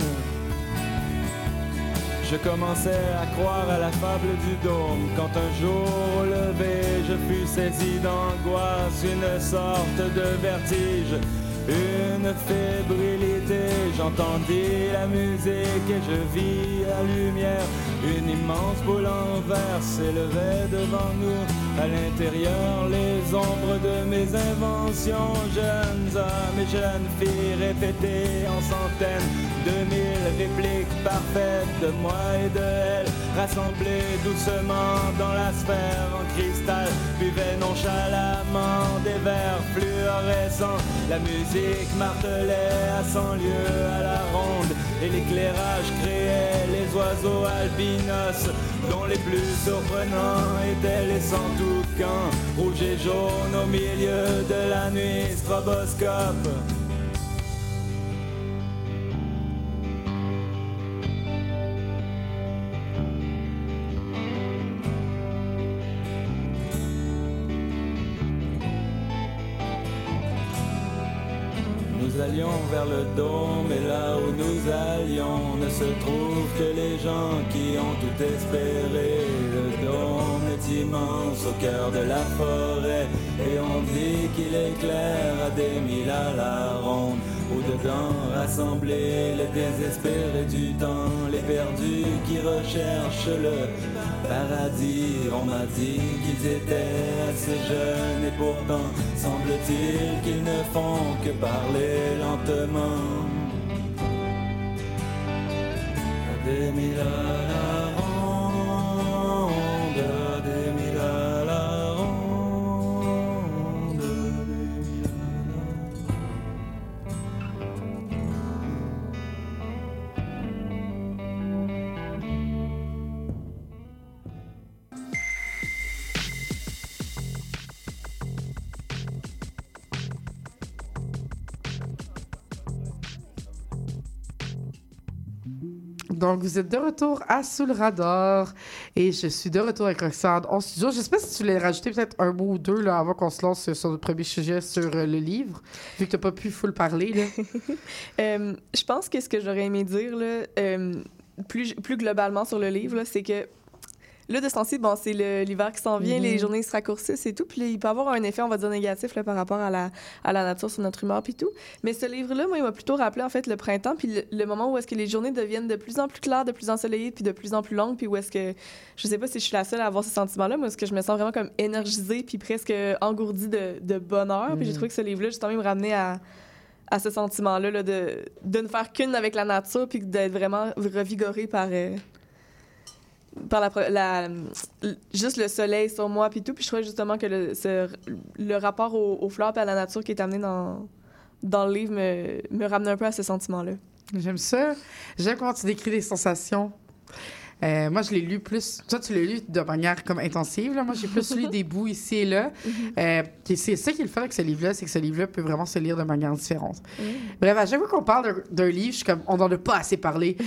je commençais à croire à la fable du dôme. Quand un jour au lever, je fus saisi d'angoisse, une sorte de vertige. une fébrilité. J'entendis la musique et je vis la lumière. Une immense boule en verre s'élevait devant nous. À l'intérieur, les ombres de mes inventions. Jeunes hommes et jeunes filles répétaient en centaines 2000 répliques parfaites de moi et de elle, rassemblées doucement dans la sphère en cristal, buvaient nonchalamment des verres fluorescents. La musique martelait à 100 lieues à la ronde et l'éclairage créait les oiseaux albinos, dont les plus surprenants étaient les sans-toucans, rouges et jaunes au milieu de la nuit, stroboscope. Nous allions vers le dôme et là où nous allions ne se trouvent que les gens qui ont tout espéré. Le dôme est immense au cœur de la forêt et on dit qu'il éclaire à des milles à la ronde. Au-dedans rassemblés les désespérés du temps, les perdus qui recherchent le paradis. On m'a dit qu'ils étaient assez jeunes et pourtant semble-t-il qu'ils ne font que parler lentement. À des milles à la ronde, à des milles à la ronde. Donc, vous êtes de retour à Sous le radar et je suis de retour avec Roxane en studio. Je ne sais pas si tu voulais rajouter peut-être un mot ou deux là, avant qu'on se lance sur notre premier sujet sur le livre, vu que tu n'as pas pu full parler. Là. Je pense que ce que j'aurais aimé dire, là, plus globalement sur le livre, là, c'est que là, de ce temps-ci, bon, c'est l'hiver qui s'en vient, les journées se raccourcissent et tout, puis il peut avoir un effet, on va dire, négatif là, par rapport à la nature sur notre humeur puis tout. Mais ce livre-là, moi, il m'a plutôt rappelé, en fait, le printemps, puis le moment où est-ce que les journées deviennent de plus en plus claires, de plus ensoleillées, puis de plus en plus longues, puis où est-ce que, je sais pas si je suis la seule à avoir ce sentiment-là, mais est-ce que je me sens vraiment comme énergisée, puis presque engourdie de bonheur, puis j'ai trouvé que ce livre-là, justement, il me ramenait à ce sentiment-là, là, de ne faire qu'une avec la nature, puis d'être vraiment revigorée par juste le soleil sur moi puis tout, puis je trouvais justement que le rapport aux fleurs et à la nature qui est amené dans le livre me ramenait un peu à ce sentiment-là. J'aime ça. J'aime comment tu décris les sensations. Moi, je l'ai lu plus... Toi, tu l'as lu de manière comme intensive. Là. Moi, j'ai plus lu des bouts ici et là. C'est ça qui est le fun avec ce livre-là, c'est que ce livre-là peut vraiment se lire de manière différente. Bref, à chaque fois qu'on parle d'un livre, je suis comme, on n'en a pas assez parlé.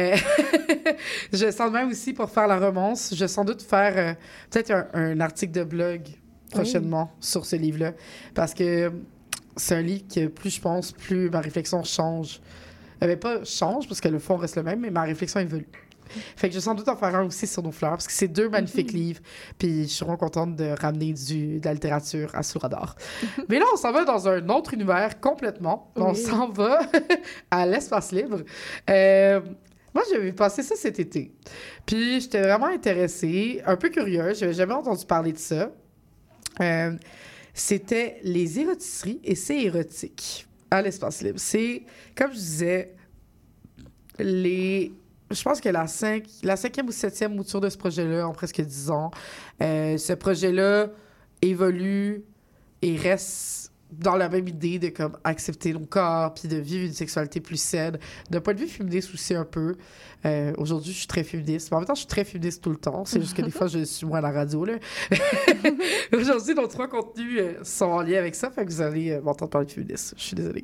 Je sens même aussi, pour faire la romance, je vais sans doute faire peut-être un article de blog prochainement sur ce livre-là. Parce que c'est un livre que plus je pense, plus ma réflexion change. Pas change, parce que le fond reste le même, mais ma réflexion évolue. Fait que je vais sans doute en faire un aussi sur nos fleurs, parce que c'est deux magnifiques livres, puis je suis vraiment contente de ramener de la littérature à Sous le radar. Mais là, on s'en va dans un autre univers complètement. On s'en va à l'espace libre. Moi, j'avais passé ça cet été. Puis j'étais vraiment intéressée, un peu curieuse, j'avais jamais entendu parler de ça. C'était les érotisseries et c'est érotique à l'espace libre. C'est, comme je disais, je pense que la 5e ou 7e mouture de ce projet-là en presque 10 ans. Ce projet-là évolue et reste dans la même idée de comme accepter nos corps puis de vivre une sexualité plus saine. D'un point de vue féministe aussi un peu. Aujourd'hui, je suis très féministe. Mais en même temps, je suis très féministe tout le temps. C'est juste que des fois, je suis moins à la radio. Là. Aujourd'hui, nos 3 contenus sont en lien avec ça. Fait que vous allez m'entendre parler de féminisme. Je suis désolée.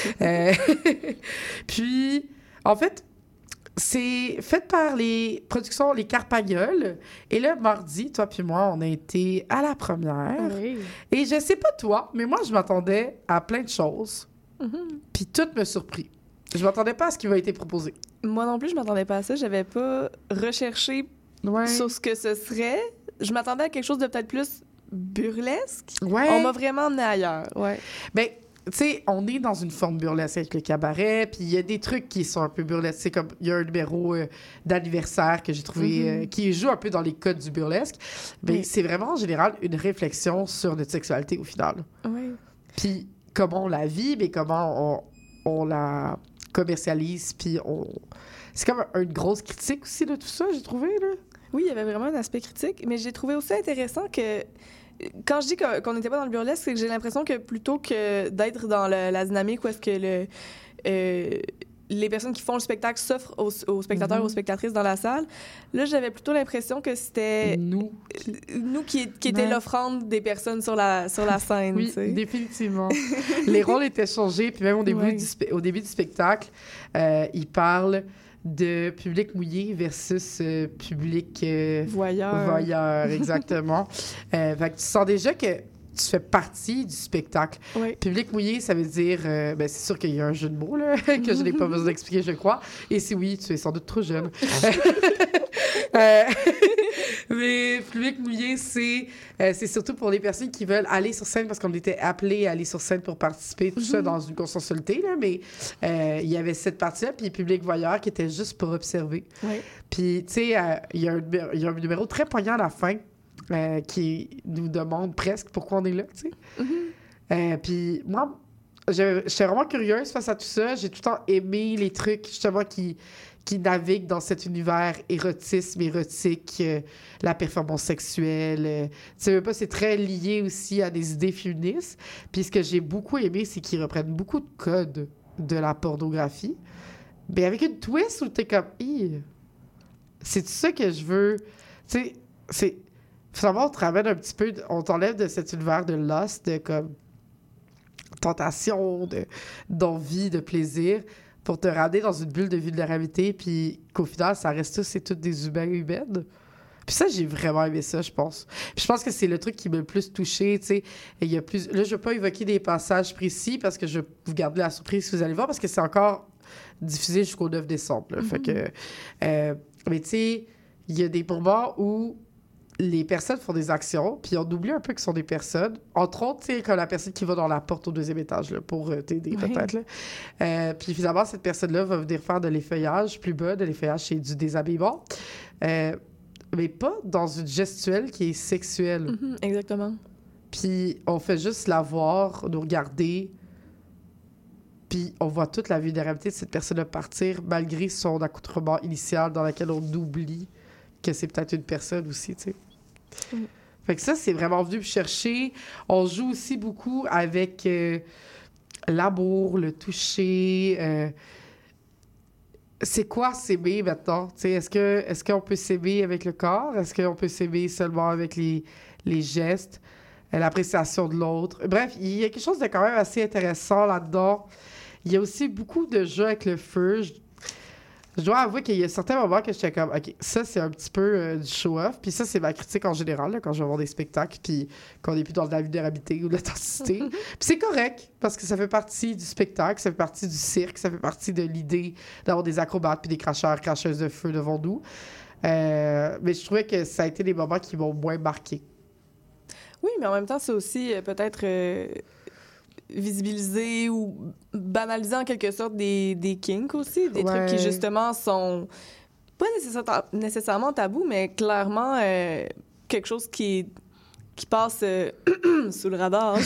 Puis, en fait, c'est fait par les productions Les Carpagnols. Et là, mardi, toi puis moi, on a été à la première. Oui. Et je sais pas toi, mais moi, je m'attendais à plein de choses. Puis tout me surprit. Je m'attendais pas à ce qui m'a été proposé. Moi non plus, je m'attendais pas à ça. J'avais pas recherché sur ce que ce serait. Je m'attendais à quelque chose de peut-être plus burlesque. Ouais. On m'a vraiment emmené ailleurs. Ouais. Ben, tu sais, on est dans une forme burlesque avec le cabaret, puis il y a des trucs qui sont un peu burlesques. C'est comme, il y a un numéro d'anniversaire que j'ai trouvé, qui joue un peu dans les codes du burlesque. Mais c'est vraiment, en général, une réflexion sur notre sexualité, au final. Oui. Puis comment on la vit, mais comment on la commercialise, puis c'est comme une grosse critique aussi de tout ça, j'ai trouvé, là. Oui, il y avait vraiment un aspect critique, mais j'ai trouvé aussi intéressant que quand je dis qu'on n'était pas dans le burlesque, c'est que j'ai l'impression que plutôt que d'être dans la dynamique où est-ce que les personnes qui font le spectacle s'offrent aux spectateurs, aux spectatrices dans la salle, là, j'avais plutôt l'impression que c'était nous qui étaient l'offrande des personnes sur la scène. Oui, t'sais. Définitivement. Les rôles étaient changés, puis même au début du spectacle, ils parlent de public mouillé versus public voyeur, exactement. Fait que tu sens déjà que tu fais partie du spectacle. Oui. Public mouillé, ça veut dire... c'est sûr qu'il y a un jeu de mots, là, que je n'ai pas besoin d'expliquer, je crois. Et si oui, tu es sans doute trop jeune. Mais public mouillé, c'est surtout pour les personnes qui veulent aller sur scène, parce qu'on était appelés à aller sur scène pour participer, tout ça dans une consensualité, là, mais il y avait cette partie-là, puis public voyeur qui était juste pour observer. Oui. Puis, tu sais, il y a un numéro très poignant à la fin, qui nous demande presque pourquoi on est là, tu sais. Puis moi, j'étais vraiment curieuse face à tout ça. J'ai tout le temps aimé les trucs, justement, qui naviguent dans cet univers érotique, la performance sexuelle. Tu sais pas, c'est très lié aussi à des idées féministes. Puis ce que j'ai beaucoup aimé, c'est qu'ils reprennent beaucoup de codes de la pornographie, mais avec une twist où t'es comme « c'est ça que je veux? » Tu sais, c'est... Finalement, on te ramène un petit peu... On t'enlève de cet univers de lust, de comme tentation, d'envie, de plaisir, pour te ramener dans une bulle de vulnérabilité, puis qu'au final, ça reste tous et toutes des humains humaines. Puis ça, j'ai vraiment aimé ça, je pense. Puis je pense que c'est le truc qui m'a le plus touchée, tu sais. Il y a plus... Là, je vais pas évoquer des passages précis, parce que je vais vous garder la surprise si vous allez voir, parce que c'est encore diffusé jusqu'au 9 décembre. Là. Fait que... mais tu sais, il y a des moments où les personnes font des actions, puis on oublie un peu que ce sont des personnes. Entre autres, tu sais, comme la personne qui va dans la porte au 2e étage, là, pour t'aider, peut-être. Là. Puis finalement, cette personne-là va venir faire de l'effeuillage plus bas. De l'effeuillage, c'est du déshabillement. Mais pas dans une gestuelle qui est sexuelle. Exactement. Puis on fait juste la voir, nous regarder, puis on voit toute la vulnérabilité de cette personne-là partir, malgré son accoutrement initial dans lequel on oublie que c'est peut-être une personne aussi, tu sais. Fait que ça, c'est vraiment venu me chercher. On joue aussi beaucoup avec l'amour, le toucher. C'est quoi s'aimer maintenant? Tu sais, est-ce qu'on peut s'aimer avec le corps? Est-ce qu'on peut s'aimer seulement avec les gestes? L'appréciation de l'autre? Bref, il y a quelque chose de quand même assez intéressant là-dedans. Il y a aussi beaucoup de jeux avec le feu. Je dois avouer qu'il y a certains moments que j'étais comme, OK, ça, c'est un petit peu du show-off. Puis ça, c'est ma critique en général, là, quand je vais voir des spectacles, puis qu'on n'est plus dans de la vulnérabilité ou de l'authenticité. Puis c'est correct, parce que ça fait partie du spectacle, ça fait partie du cirque, ça fait partie de l'idée d'avoir des acrobates puis des cracheuses de feu devant nous. Mais je trouvais que ça a été des moments qui m'ont moins marqué. Oui, mais en même temps, c'est aussi peut-être... visibiliser ou banaliser en quelque sorte des kinks aussi, des trucs qui justement sont pas nécessairement tabous, mais clairement quelque chose qui passe sous le radar.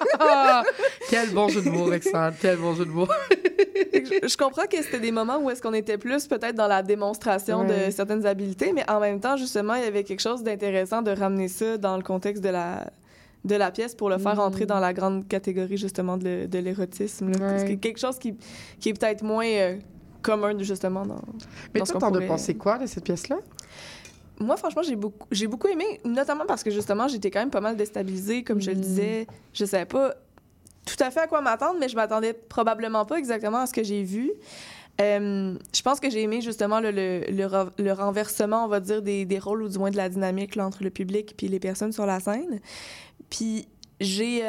Quel bon jeu de mots, Roxane, quel bon jeu de mots. Je comprends que c'était des moments où est-ce qu'on était plus peut-être dans la démonstration de certaines habiletés, mais en même temps, justement, il y avait quelque chose d'intéressant de ramener ça dans le contexte de la pièce pour le faire entrer dans la grande catégorie, justement, de l'érotisme. C'est quelque chose qui est peut-être moins commun, justement, dans Mais toi, t'en as pensé quoi de cette pièce-là? Moi, franchement, j'ai beaucoup aimé, notamment parce que, justement, j'étais quand même pas mal déstabilisée, comme je le disais. Je savais pas tout à fait à quoi m'attendre, mais je m'attendais probablement pas exactement à ce que j'ai vu. Je pense que j'ai aimé, justement, le renversement, on va dire, des rôles, ou du moins de la dynamique là, entre le public et les personnes sur la scène. Puis j'ai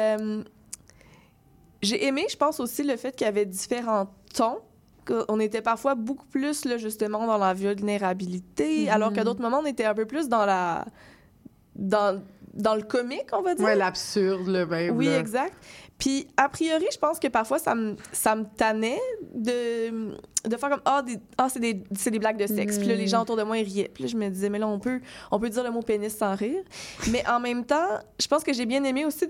aimé, je pense aussi, le fait qu'il y avait différents tons. On était parfois beaucoup plus, là, justement, dans la vulnérabilité, alors qu'à d'autres moments, on était un peu plus dans dans le comique, on va dire. Ouais, l'absurde, le même. Oui, là. exact. Puis, a priori, je pense que parfois, ça me tannait de faire comme c'est des blagues de sexe. Puis là, les gens autour de moi, ils riaient. Puis là, je me disais, mais là, on peut dire le mot pénis sans rire. Mais en même temps, je pense que j'ai bien aimé aussi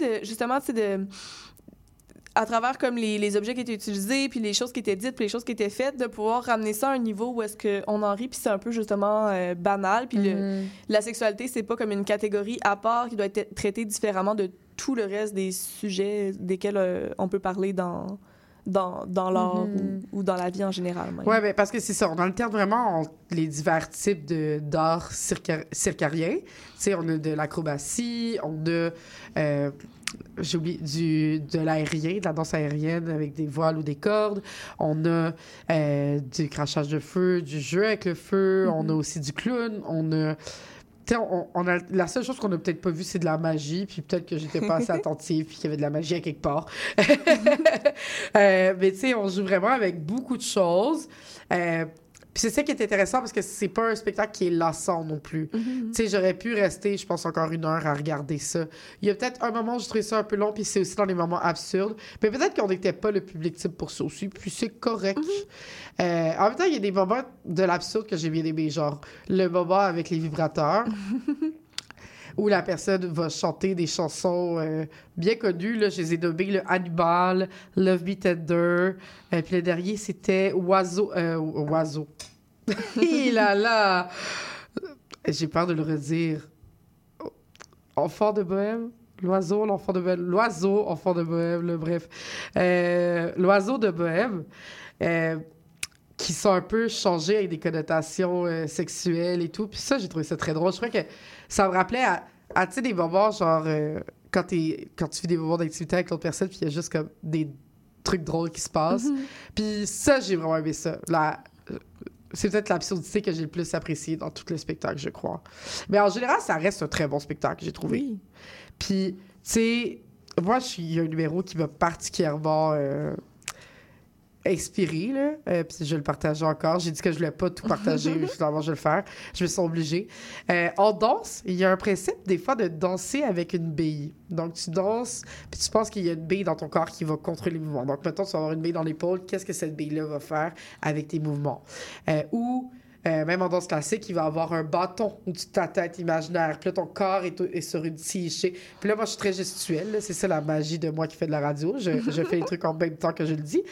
à travers comme les objets qui étaient utilisés, puis les choses qui étaient dites, puis les choses qui étaient faites, de pouvoir ramener ça à un niveau où est-ce qu'on en rit, puis c'est un peu justement banal. Puis la sexualité, c'est pas comme une catégorie à part qui doit être traitée différemment de tout le reste des sujets desquels on peut parler dans l'art ou dans la vie en général. Oui, mais parce que c'est ça. On alterne vraiment les divers types d'art circarien. Tu sais, on a de l'acrobatie, on a... j'ai oublié, de l'aérien, de la danse aérienne avec des voiles ou des cordes. On a du crachage de feu, du jeu avec le feu. On a aussi du clown. On a... la seule chose qu'on n'a peut-être pas vue, c'est de la magie. Puis peut-être que j'étais pas assez attentive puis qu'il y avait de la magie à quelque part. Mais tu sais, on joue vraiment avec beaucoup de choses. Puis c'est ça qui est intéressant parce que c'est pas un spectacle qui est lassant non plus. Tu sais, j'aurais pu rester, je pense, encore 1 heure à regarder ça. Il y a peut-être un moment où je trouvais ça un peu long, puis c'est aussi dans les moments absurdes. Mais peut-être qu'on n'était pas le public type pour ça aussi, puis c'est correct. En même temps, il y a des moments de l'absurde que j'ai bien aimé, genre le moment avec les vibrateurs. Où la personne va chanter des chansons bien connues. Là, je les ai nommées, le Animal, Love Me Tender. Puis le dernier, c'était Oiseau. là! J'ai peur de le redire. Enfant de Bohème? L'oiseau, l'enfant de Bohème. L'oiseau, enfant de Bohème, là, bref. L'oiseau de Bohème. Qui sont un peu changés avec des connotations sexuelles et tout. Puis ça, j'ai trouvé ça très drôle. Je crois que ça me rappelait à tu sais, des moments, genre, quand tu fais des moments d'activité avec l'autre personne, puis il y a juste comme des trucs drôles qui se passent. Puis ça, j'ai vraiment aimé ça. C'est peut-être l'absurdité que j'ai le plus appréciée dans tout le spectacle, je crois. Mais en général, ça reste un très bon spectacle, j'ai trouvé. Oui. Puis, tu sais, moi, il y a un numéro qui m'a particulièrement... inspiré, là. Puis je le partageais encore. J'ai dit que je voulais pas tout partager, mais finalement, je vais le faire. Je me sens obligée. En danse, il y a un principe, des fois, de danser avec une bille. Donc, tu danses, puis tu penses qu'il y a une bille dans ton corps qui va contrôler les mouvements. Donc, mettons, tu vas avoir une bille dans l'épaule. Qu'est-ce que cette bille-là va faire avec tes mouvements? Même en danse classique, il va avoir un bâton au-dessus de ta tête imaginaire. Puis là, ton corps est sur une tige. Puis là, moi, je suis très gestuelle. Là. C'est ça la magie de moi qui fait de la radio. Je fais les trucs en même temps que je le dis.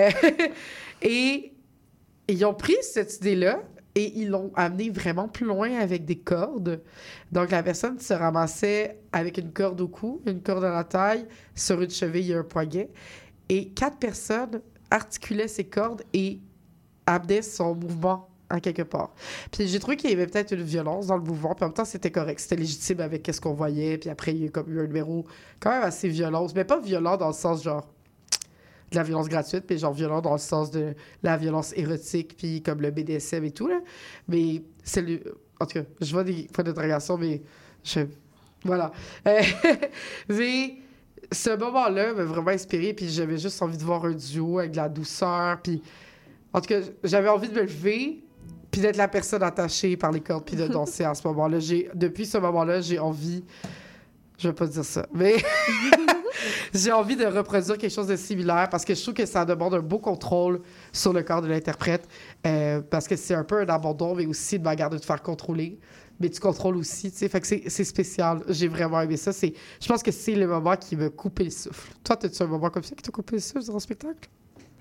Et ils ont pris cette idée-là et ils l'ont amené vraiment plus loin avec des cordes. Donc, la personne se ramassait avec une corde au cou, une corde à la taille, sur une cheville et un poignet. Et 4 personnes articulaient ces cordes et amenaient son mouvement à quelque part. Puis j'ai trouvé qu'il y avait peut-être une violence dans le mouvement, puis en même temps, c'était correct. C'était légitime avec ce qu'on voyait, puis après, il y a eu comme un numéro quand même assez violent, mais pas violent dans le sens, genre, de la violence gratuite, puis genre violent dans le sens de la violence érotique, puis comme le BDSM et tout, là. Mais c'est le... En tout cas, je vois des points d'interrogation, mais voilà. Mais ce moment-là m'a vraiment inspiré, puis j'avais juste envie de voir un duo avec de la douceur, puis... En tout cas, j'avais envie de me lever, puis d'être la personne attachée par les cordes, puis de danser à ce moment-là. Depuis ce moment-là, j'ai envie... Je vais pas dire ça, mais... j'ai envie de reproduire quelque chose de similaire parce que je trouve que ça demande un beau contrôle sur le corps de l'interprète parce que c'est un peu un abandon, mais aussi une bagarre de te faire contrôler. Mais tu contrôles aussi, tu sais. Fait que c'est spécial. J'ai vraiment aimé ça. Je pense que c'est le moment qui me coupait le souffle. Toi, t'as-tu un moment comme ça qui t'a coupé le souffle dans le spectacle?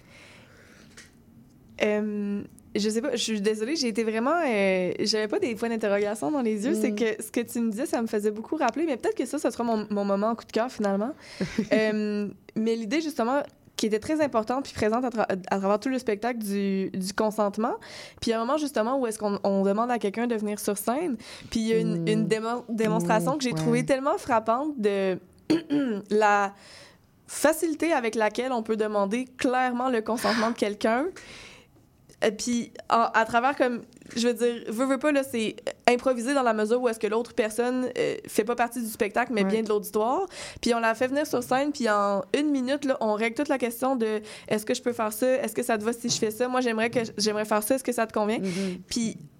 Je sais pas, je suis désolée, j'ai été vraiment... j'avais pas des points d'interrogation dans les yeux. C'est que ce que tu me disais, ça me faisait beaucoup rappeler, mais peut-être que ça sera mon moment en coup de cœur, finalement. Mais l'idée, justement, qui était très importante puis présente à travers tout le spectacle du consentement. Puis il y a un moment, justement, où est-ce qu'on demande à quelqu'un de venir sur scène, puis il y a une démonstration que j'ai trouvée tellement frappante de la facilité avec laquelle on peut demander clairement le consentement de quelqu'un. Puis, à travers, comme, je veux dire, veux pas, là, c'est improvisé dans la mesure où est-ce que l'autre personne fait pas partie du spectacle, mais bien de l'auditoire. Puis, on la fait venir sur scène, puis en 1 minute, là, on règle toute la question de est-ce que je peux faire ça? Est-ce que ça te va si je fais ça? Moi, j'aimerais faire ça. Est-ce que ça te convient? Puis,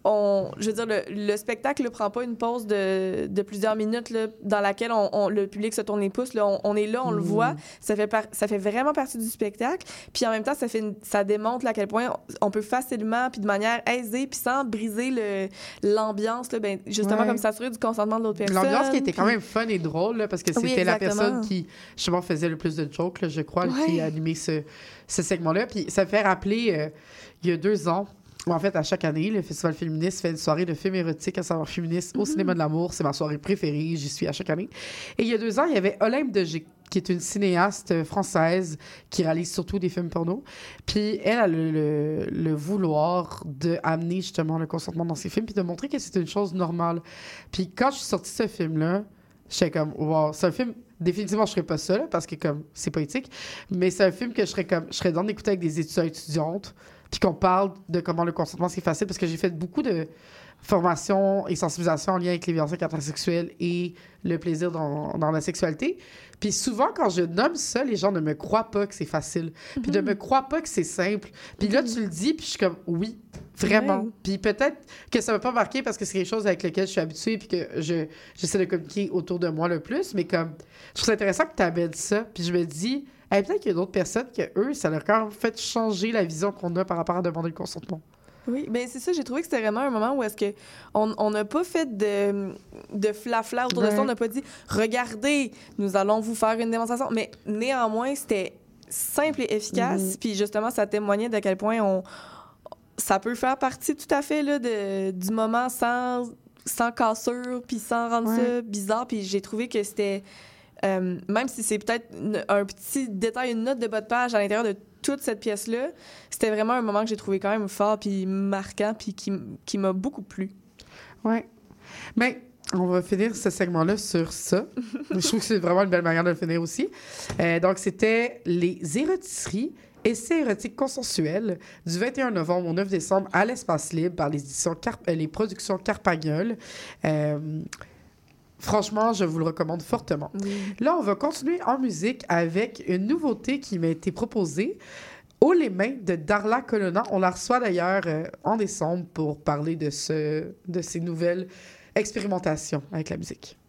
je veux dire, le spectacle ne prend pas une pause de plusieurs minutes là, dans laquelle le public se tourne les pouces. Là, on est là, on le voit. Ça fait vraiment partie du spectacle. Puis en même temps, ça démontre là, à quel point on peut facilement, puis de manière aisée, puis sans briser l'ambiance, là, ben, justement comme s'assurer du consentement de l'autre personne. L'ambiance qui était quand même fun et drôle, là, parce que c'était la personne qui, justement, faisait le plus de jokes, là, je crois, qui a animé ce segment-là. Puis ça me fait rappeler, il y a 2 ans, où en fait, à chaque année, le Festival féministe fait une soirée de films érotiques, à savoir féministe, au Cinéma de l'Amour. C'est ma soirée préférée, j'y suis à chaque année. Et il y a 2 ans, il y avait Olympe de G, qui est une cinéaste française qui réalise surtout des films porno. Puis elle a le vouloir d'amener justement le consentement dans ses films puis de montrer que c'est une chose normale. Puis quand je suis sortie de ce film-là, j'étais comme, wow, c'est un film... Définitivement, je serais pas seule parce que comme c'est pas éthique, mais c'est un film que je serais dans d'écouter avec des étudiantes puis qu'on parle de comment le consentement c'est facile parce que j'ai fait beaucoup de formation et sensibilisation en lien avec les violences intersexuelles et le plaisir dans la sexualité. Puis souvent, quand je nomme ça, les gens ne me croient pas que c'est facile. Puis ne me croient pas que c'est simple. Puis là, tu le dis, puis je suis comme, oui, vraiment. Ouais. Puis peut-être que ça ne m'a pas marqué parce que c'est quelque chose avec lequel je suis habituée puis que j'essaie de communiquer autour de moi le plus. Mais comme, je trouve ça intéressant que tu amènes ça. Puis je me dis, peut-être qu'il y a d'autres personnes que eux, ça leur a quand même fait changer la vision qu'on a par rapport à demander le consentement. Oui, bien c'est ça, j'ai trouvé que c'était vraiment un moment où est-ce qu'on n'a pas fait de flafla autour de ça, on n'a pas dit « Regardez, nous allons vous faire une démonstration », mais néanmoins, c'était simple et efficace, puis justement, ça témoignait de quel point ça peut faire partie tout à fait là, du moment sans cassure, puis sans rendre ça bizarre, puis j'ai trouvé que c'était... même si c'est peut-être un petit détail, une note de bas de page à l'intérieur de toute cette pièce-là, c'était vraiment un moment que j'ai trouvé quand même fort puis marquant puis qui m'a beaucoup plu. Oui. Mais on va finir ce segment-là sur ça. Je trouve que c'est vraiment une belle manière de le finir aussi. Donc, c'était les érotisseries essais érotiques consensuels du 21 novembre au 9 décembre à l'Espace Libre par les productions Carpagnol. Franchement, je vous le recommande fortement. Oui. Là, on va continuer en musique avec une nouveauté qui m'a été proposée. Haut les mains de Darla Colonna. On la reçoit d'ailleurs en décembre pour parler de ces nouvelles expérimentations avec la musique.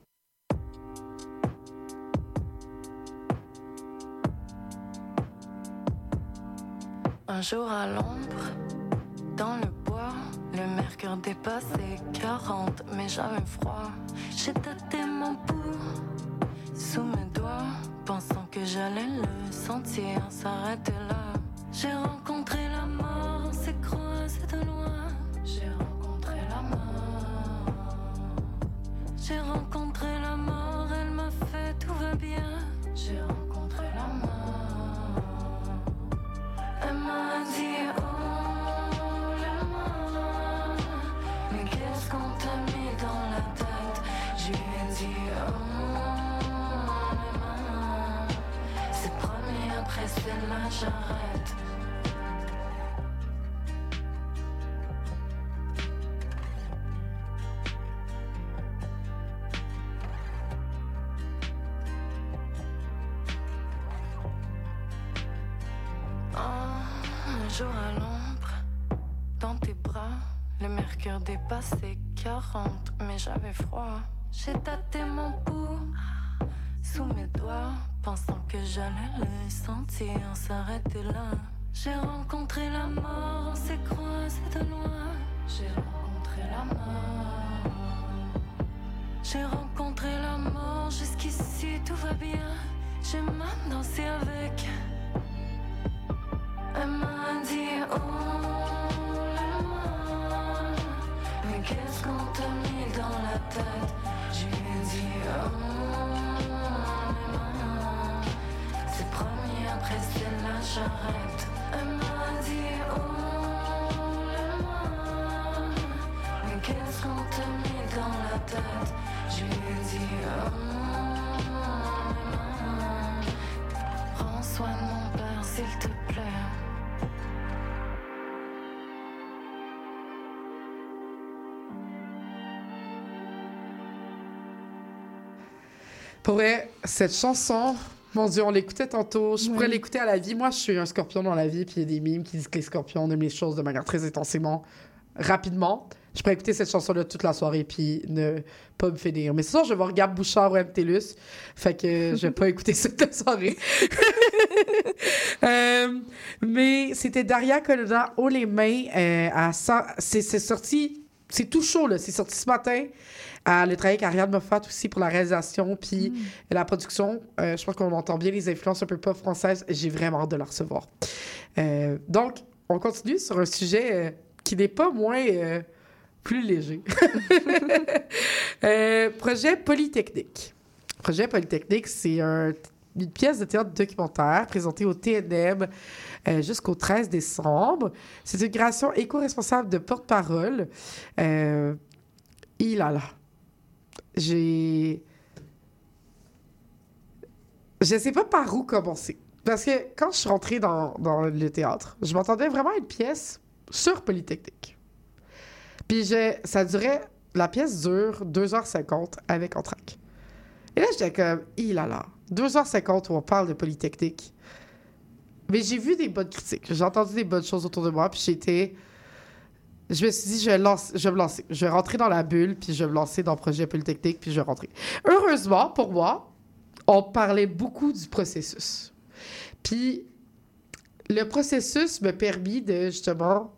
Un jour à l'ombre, dans le bois, le mercure dépassait 40, mais j'avais froid. J'ai tâté mon pouls sous mes doigts, pensant que j'allais le sentir s'arrêter là. J'ai rencontré la mort, on s'est croisés de loin. J'ai rencontré la mort. J'ai rencontré la mort, elle m'a fait tout va bien. J'ai rencontré la mort. Elle m'a dit oh la mort, mais qu'est-ce qu'on t'a mis dans la tête? Je lui ai dit oh la mort, c'est promis, après celle-là j'arrête. Un jour à l'ombre, dans tes bras, le mercure dépassait 40, mais j'avais froid. J'ai tâté mon pouls sous mes doigts, pensant que j'allais le sentir s'arrêter là. J'ai rencontré la mort, on s'est croisés de loin. J'ai rencontré la mort. J'ai rencontré la mort, jusqu'ici tout va bien. J'ai même dansé avec. Elle m'a dit oh la mort, mais qu'est-ce qu'on t'a mis dans la tête? Je lui ai dit oh la mort, c'est promis, après celle-là j'arrête. Elle m'a dit oh la mort, mais qu'est-ce qu'on t'a mis dans la tête? Je lui ai dit oh la mort, prends soin de mon père s'il te plaît. Pour vrai, cette chanson, mon Dieu, on l'écoutait tantôt. Je pourrais l'écouter à la vie. Moi, je suis un scorpion dans la vie, puis il y a des mimes qui disent que les scorpions aiment les choses de manière très intensément. rapidement, je pourrais écouter cette chanson-là toute la soirée puis ne pas me finir. Mais sinon, je vais voir Gab Bouchard ou MTLUS. Fait que je vais pas écouter ça toute la soirée. Mais c'était Daria Colonna, Haut les mains. C'est sorti... C'est tout chaud, là. C'est sorti ce matin. Elle a travaillé avec Ariane Moffat aussi pour la réalisation puis la production. Je pense qu'on entend bien les influences un peu pop françaises. J'ai vraiment hâte de la recevoir. Donc, on continue sur un sujet qui n'est pas moins... plus léger. Projet Polytechnique. Projet Polytechnique, c'est une pièce de théâtre documentaire présentée au TNM jusqu'au 13 décembre. C'est une création éco-responsable de porte-parole. Je sais pas par où commencer. Parce que quand je suis rentrée dans le théâtre, je m'attendais vraiment à une pièce sur Polytechnique. Puis la pièce dure 2h50 avec entraque. Et là, j'étais comme, 2h50 où on parle de Polytechnique. Mais j'ai vu des bonnes critiques. J'ai entendu des bonnes choses autour de moi. Puis je me suis dit, je vais me lancer. Je vais rentrer dans la bulle, puis je vais me lancer dans le projet Polytechnique, puis je vais rentrer. Heureusement, pour moi, on parlait beaucoup du processus. Puis le processus m'a permis de, justement...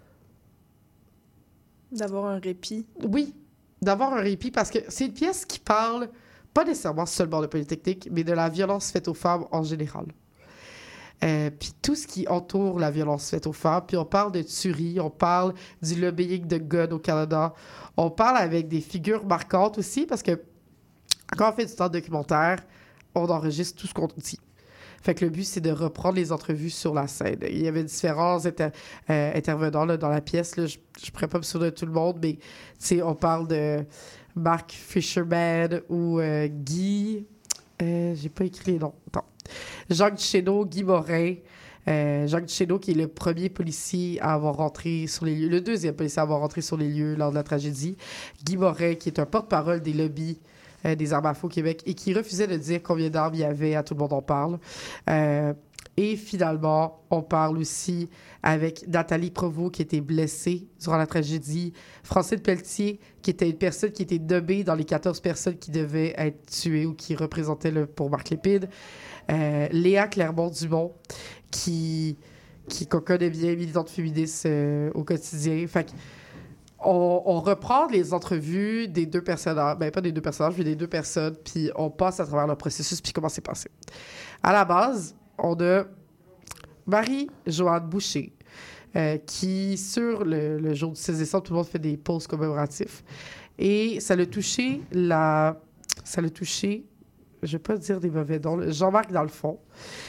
D'avoir un répit. Oui, d'avoir un répit, parce que c'est une pièce qui parle, pas nécessairement seulement de Polytechnique, mais de la violence faite aux femmes en général. Puis tout ce qui entoure la violence faite aux femmes. Puis on parle de tuerie, on parle du lobbying de guns au Canada. On parle avec des figures marquantes aussi, parce que quand on fait du temps documentaire, on enregistre tout ce qu'on dit. Fait que le but, c'est de reprendre les entrevues sur la scène. Il y avait différents intervenants là, dans la pièce. Là. Je ne pourrais pas me souvenir de tout le monde, mais on parle de Mark Fisherman ou Guy... j'ai pas écrit les noms. Attends. Jacques Duchesneau, Guy Morin. Jacques Duchesneau, qui est le premier policier à avoir rentré sur les lieux, le deuxième policier à avoir rentré sur les lieux lors de la tragédie. Guy Morin, qui est un porte-parole des lobbies des armes à feu au Québec et qui refusait de dire combien d'armes il y avait, à tout le monde en parle. Et finalement, on parle aussi avec Nathalie Provost, qui était blessée durant la tragédie, Francine Pelletier, qui était une personne qui était nommée dans les 14 personnes qui devaient être tuées ou qui représentaient pour Marc Lépide, Léa Clermont-Dumont, qu'on connaît bien, militante féministe au quotidien. Fait on reprend les entrevues des deux personnages, pas des deux personnages, mais des deux personnes, puis on passe à travers le processus, puis comment c'est passé. À la base, on a Marie-Joanne Boucher, qui, sur le jour du 16 décembre, tout le monde fait des pauses commémoratifs. Et ça l'a touché, je vais pas dire des mauvais noms, Jean-Marc Dalphond,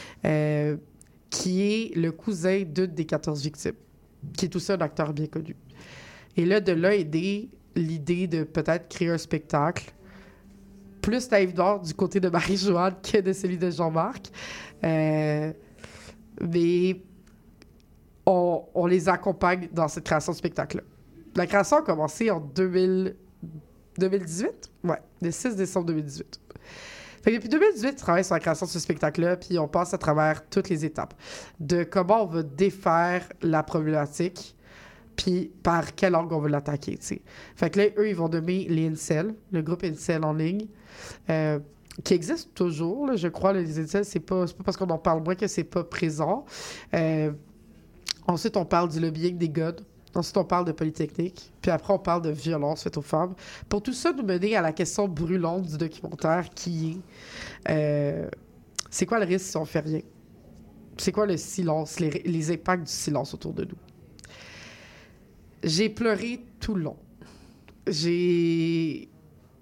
qui est le cousin d'une des 14 victimes, qui est aussi un acteur bien connu. Et là, de là, l'idée de peut-être créer un spectacle plus naïvement du côté de Marie-Joanne que de celui de Jean-Marc. Mais on les accompagne dans cette création de spectacle-là. La création a commencé en 2018? Ouais, le 6 décembre 2018. Fait que depuis 2018, on travaille sur la création de ce spectacle-là, puis on passe à travers toutes les étapes de comment on va défaire la problématique, puis par quel angle on veut l'attaquer, tu sais. Fait que là, eux, ils vont nommer les Incels, le groupe Incel en ligne, qui existe toujours, là, je crois. Les Incels, c'est pas parce qu'on en parle moins que c'est pas présent. Ensuite, on parle du lobbying des guns. Ensuite, on parle de Polytechnique. Puis après, on parle de violence faite aux femmes. Pour tout ça, nous mener à la question brûlante du documentaire qui est c'est quoi le risque si on fait rien? C'est quoi le silence, les impacts du silence autour de nous? J'ai pleuré tout le long. J'essaie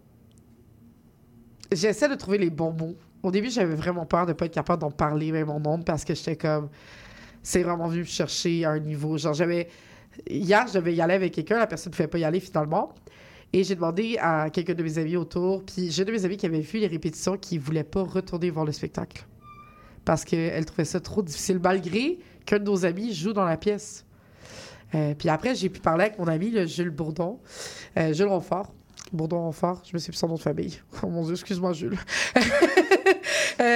de trouver les bons mots. Au début, j'avais vraiment peur de ne pas être capable d'en parler, même en nombre, parce que j'étais comme... C'est vraiment venu me chercher à un niveau. Genre, hier, je devais y aller avec quelqu'un, la personne ne pouvait pas y aller finalement. Et j'ai demandé à quelqu'un de mes amis autour, puis j'ai de mes amis qui avaient vu les répétitions qui ne voulaient pas retourner voir le spectacle. Parce qu'elle trouvait ça trop difficile, malgré qu'un de nos amis joue dans la pièce. Puis après, j'ai pu parler avec mon ami, le Jules Bourdon. Jules Ronfort. Bourdon-Ronfort, je me sais plus son nom de famille. Oh mon Dieu, excuse-moi, Jules.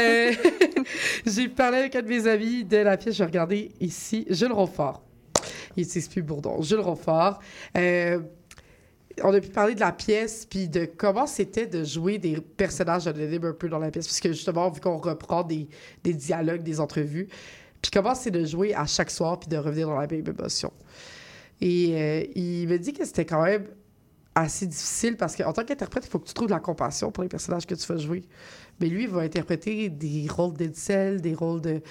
J'ai parlé avec un de mes amis de la pièce, j'ai regardé ici, Jules Ronfort, Il utilise plus Bourdon. Jules Ronfort. On a pu parler de la pièce, puis de comment c'était de jouer des personnages anonymes un peu dans la pièce. Parce que justement, vu qu'on reprend des dialogues, des entrevues, puis comment c'est de jouer à chaque soir, puis de revenir dans la même émotion. Et il me dit que c'était quand même assez difficile, parce qu'en tant qu'interprète, il faut que tu trouves de la compassion pour les personnages que tu vas jouer. Mais lui, il va interpréter des rôles d'incel, des rôles de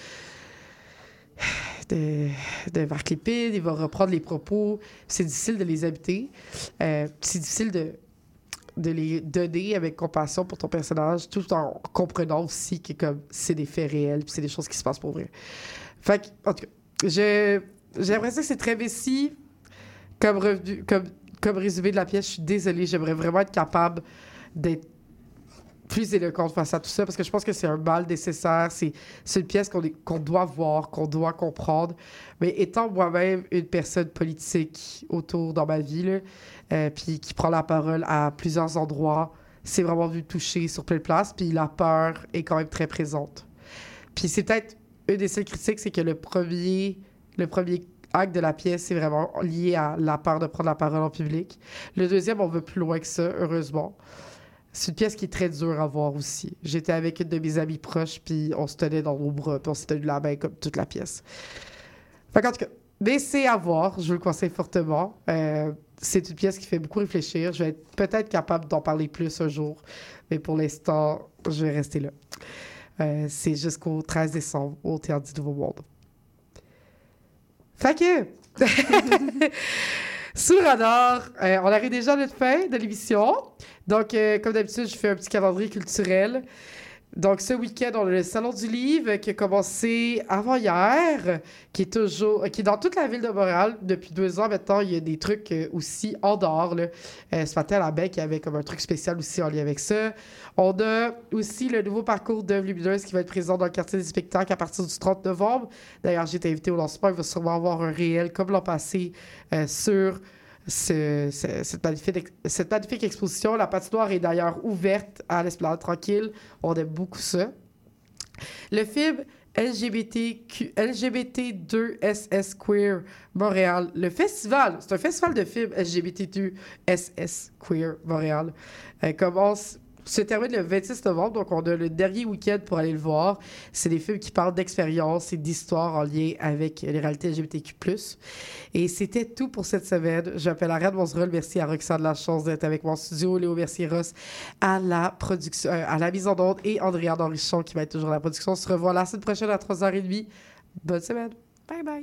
Marc Lépine, il va reprendre les propos. C'est difficile de les habiter. C'est difficile de les donner avec compassion pour ton personnage, tout en comprenant aussi que comme c'est des faits réels, puis c'est des choses qui se passent pour vrai. Fait que, en tout cas, j'ai l'impression que c'est très messie comme résumé de la pièce. Je suis désolée, j'aimerais vraiment être capable d'être plus éloquente face à tout ça, parce que je pense que c'est un mal nécessaire. C'est une pièce qu'on doit voir, qu'on doit comprendre. Mais étant moi-même une personne politique autour dans ma vie, puis qui prend la parole à plusieurs endroits, c'est vraiment venu toucher sur plein de places, puis la peur est quand même très présente. Puis c'est peut-être une des seules critiques, c'est que le premier acte de la pièce, c'est vraiment lié à la peur de prendre la parole en public. Le deuxième, on va plus loin que ça, heureusement. C'est une pièce qui est très dure à voir aussi. J'étais avec une de mes amies proches, puis on se tenait dans nos bras, puis on s'est tenu la main comme toute la pièce. Fait qu'en tout cas, mais c'est à voir, je vous le conseille fortement. C'est une pièce qui fait beaucoup réfléchir. Je vais être peut-être capable d'en parler plus un jour, mais pour l'instant, je vais rester là. C'est jusqu'au 13 décembre au Théâtre du Nouveau Monde. Fait que... Sous le radar, on arrive déjà à notre fin de l'émission. Donc, comme d'habitude, je fais un petit calendrier culturel. Donc, ce week-end, on a le Salon du Livre qui a commencé avant-hier, qui est dans toute la ville de Montréal. Depuis 2 ans maintenant, il y a des trucs aussi en dehors. Ce matin, à la Bec, il y avait comme un truc spécial aussi en lien avec ça. On a aussi le nouveau parcours d'œuvres lumineuses qui va être présent dans le quartier des spectacles à partir du 30 novembre. D'ailleurs, j'ai été invité au lancement. Il va sûrement avoir un réel, comme l'an passé, sur... cette magnifique exposition. La patinoire est d'ailleurs ouverte à l'Esplanade Tranquille. On aime beaucoup ça. Le film LGBT2SS Queer Montréal. Le festival, c'est un festival de films LGBT2SS Queer Montréal, se termine le 26 novembre, donc on a le dernier week-end pour aller le voir. C'est des films qui parlent d'expérience et d'histoire en lien avec les réalités LGBTQ+. Et c'était tout pour cette semaine. Je m'appelle Ariane Monzerolle. Merci à Roxane Lachance d'être avec moi en studio, Léo Mercier-Ross à la production, à la mise en onde, et Andréane Henrichon qui va être toujours à la production. On se revoit la semaine prochaine à 3h30. Bonne semaine. Bye bye.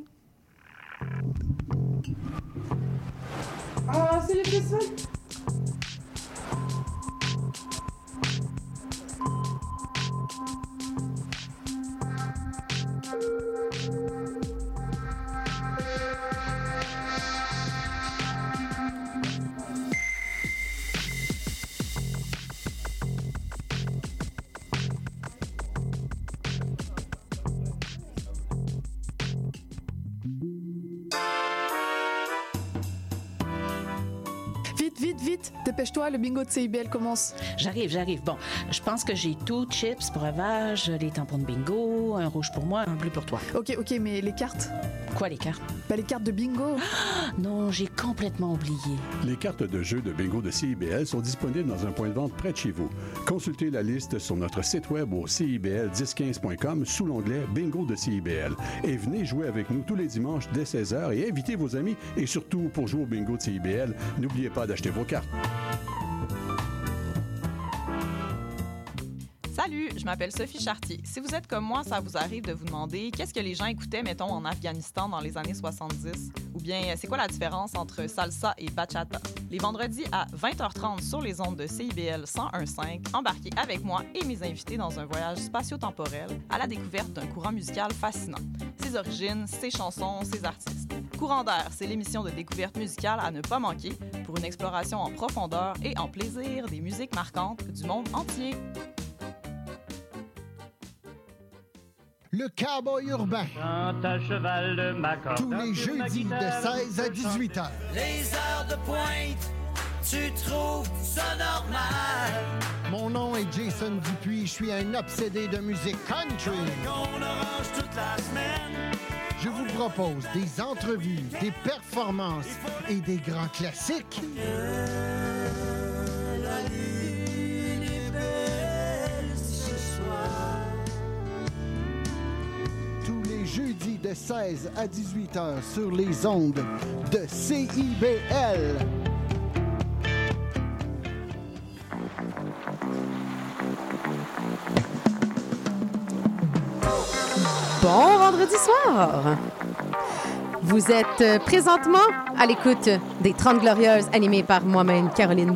Ah, c'est le festival. Vite, dépêche-toi, le bingo de CIBL commence. J'arrive. Bon, je pense que j'ai tout, chips, breuvage, les tampons de bingo, un rouge pour moi, un bleu pour toi. Ok, mais les cartes? Quoi, les cartes? Les cartes de bingo. Non, j'ai complètement oublié. Les cartes de jeu de bingo de CIBL sont disponibles dans un point de vente près de chez vous. Consultez la liste sur notre site web au CIBL1015.com sous l'onglet Bingo de CIBL. Et venez jouer avec nous tous les dimanches dès 16h et invitez vos amis. Et surtout, pour jouer au bingo de CIBL, n'oubliez pas d'acheter vos cartes. Salut, je m'appelle Sophie Chartier. Si vous êtes comme moi, ça vous arrive de vous demander qu'est-ce que les gens écoutaient, mettons, en Afghanistan dans les années 70? Ou bien, c'est quoi la différence entre salsa et bachata? Les vendredis à 20h30 sur les ondes de CIBL 101.5, embarquez avec moi et mes invités dans un voyage spatio-temporel à la découverte d'un courant musical fascinant. Ses origines, ses chansons, ses artistes. Courant d'air, c'est l'émission de découverte musicale à ne pas manquer pour une exploration en profondeur et en plaisir des musiques marquantes du monde entier. Le Cowboy urbain. Chante à cheval de ma corde. Tous les jeudis de 16 à 18 heures. Les heures de pointe, tu trouves ça normal? Mon nom est Jason Dupuis. Je suis un obsédé de musique country. On orange toute la semaine. je vous propose des entrevues, des performances et des grands classiques. La lune est belle ce soir. Tous les jeudis de 16 à 18 heures sur les ondes de CIBL. Bon vendredi soir! Vous êtes présentement à l'écoute des 30 Glorieuses animées par moi-même, Caroline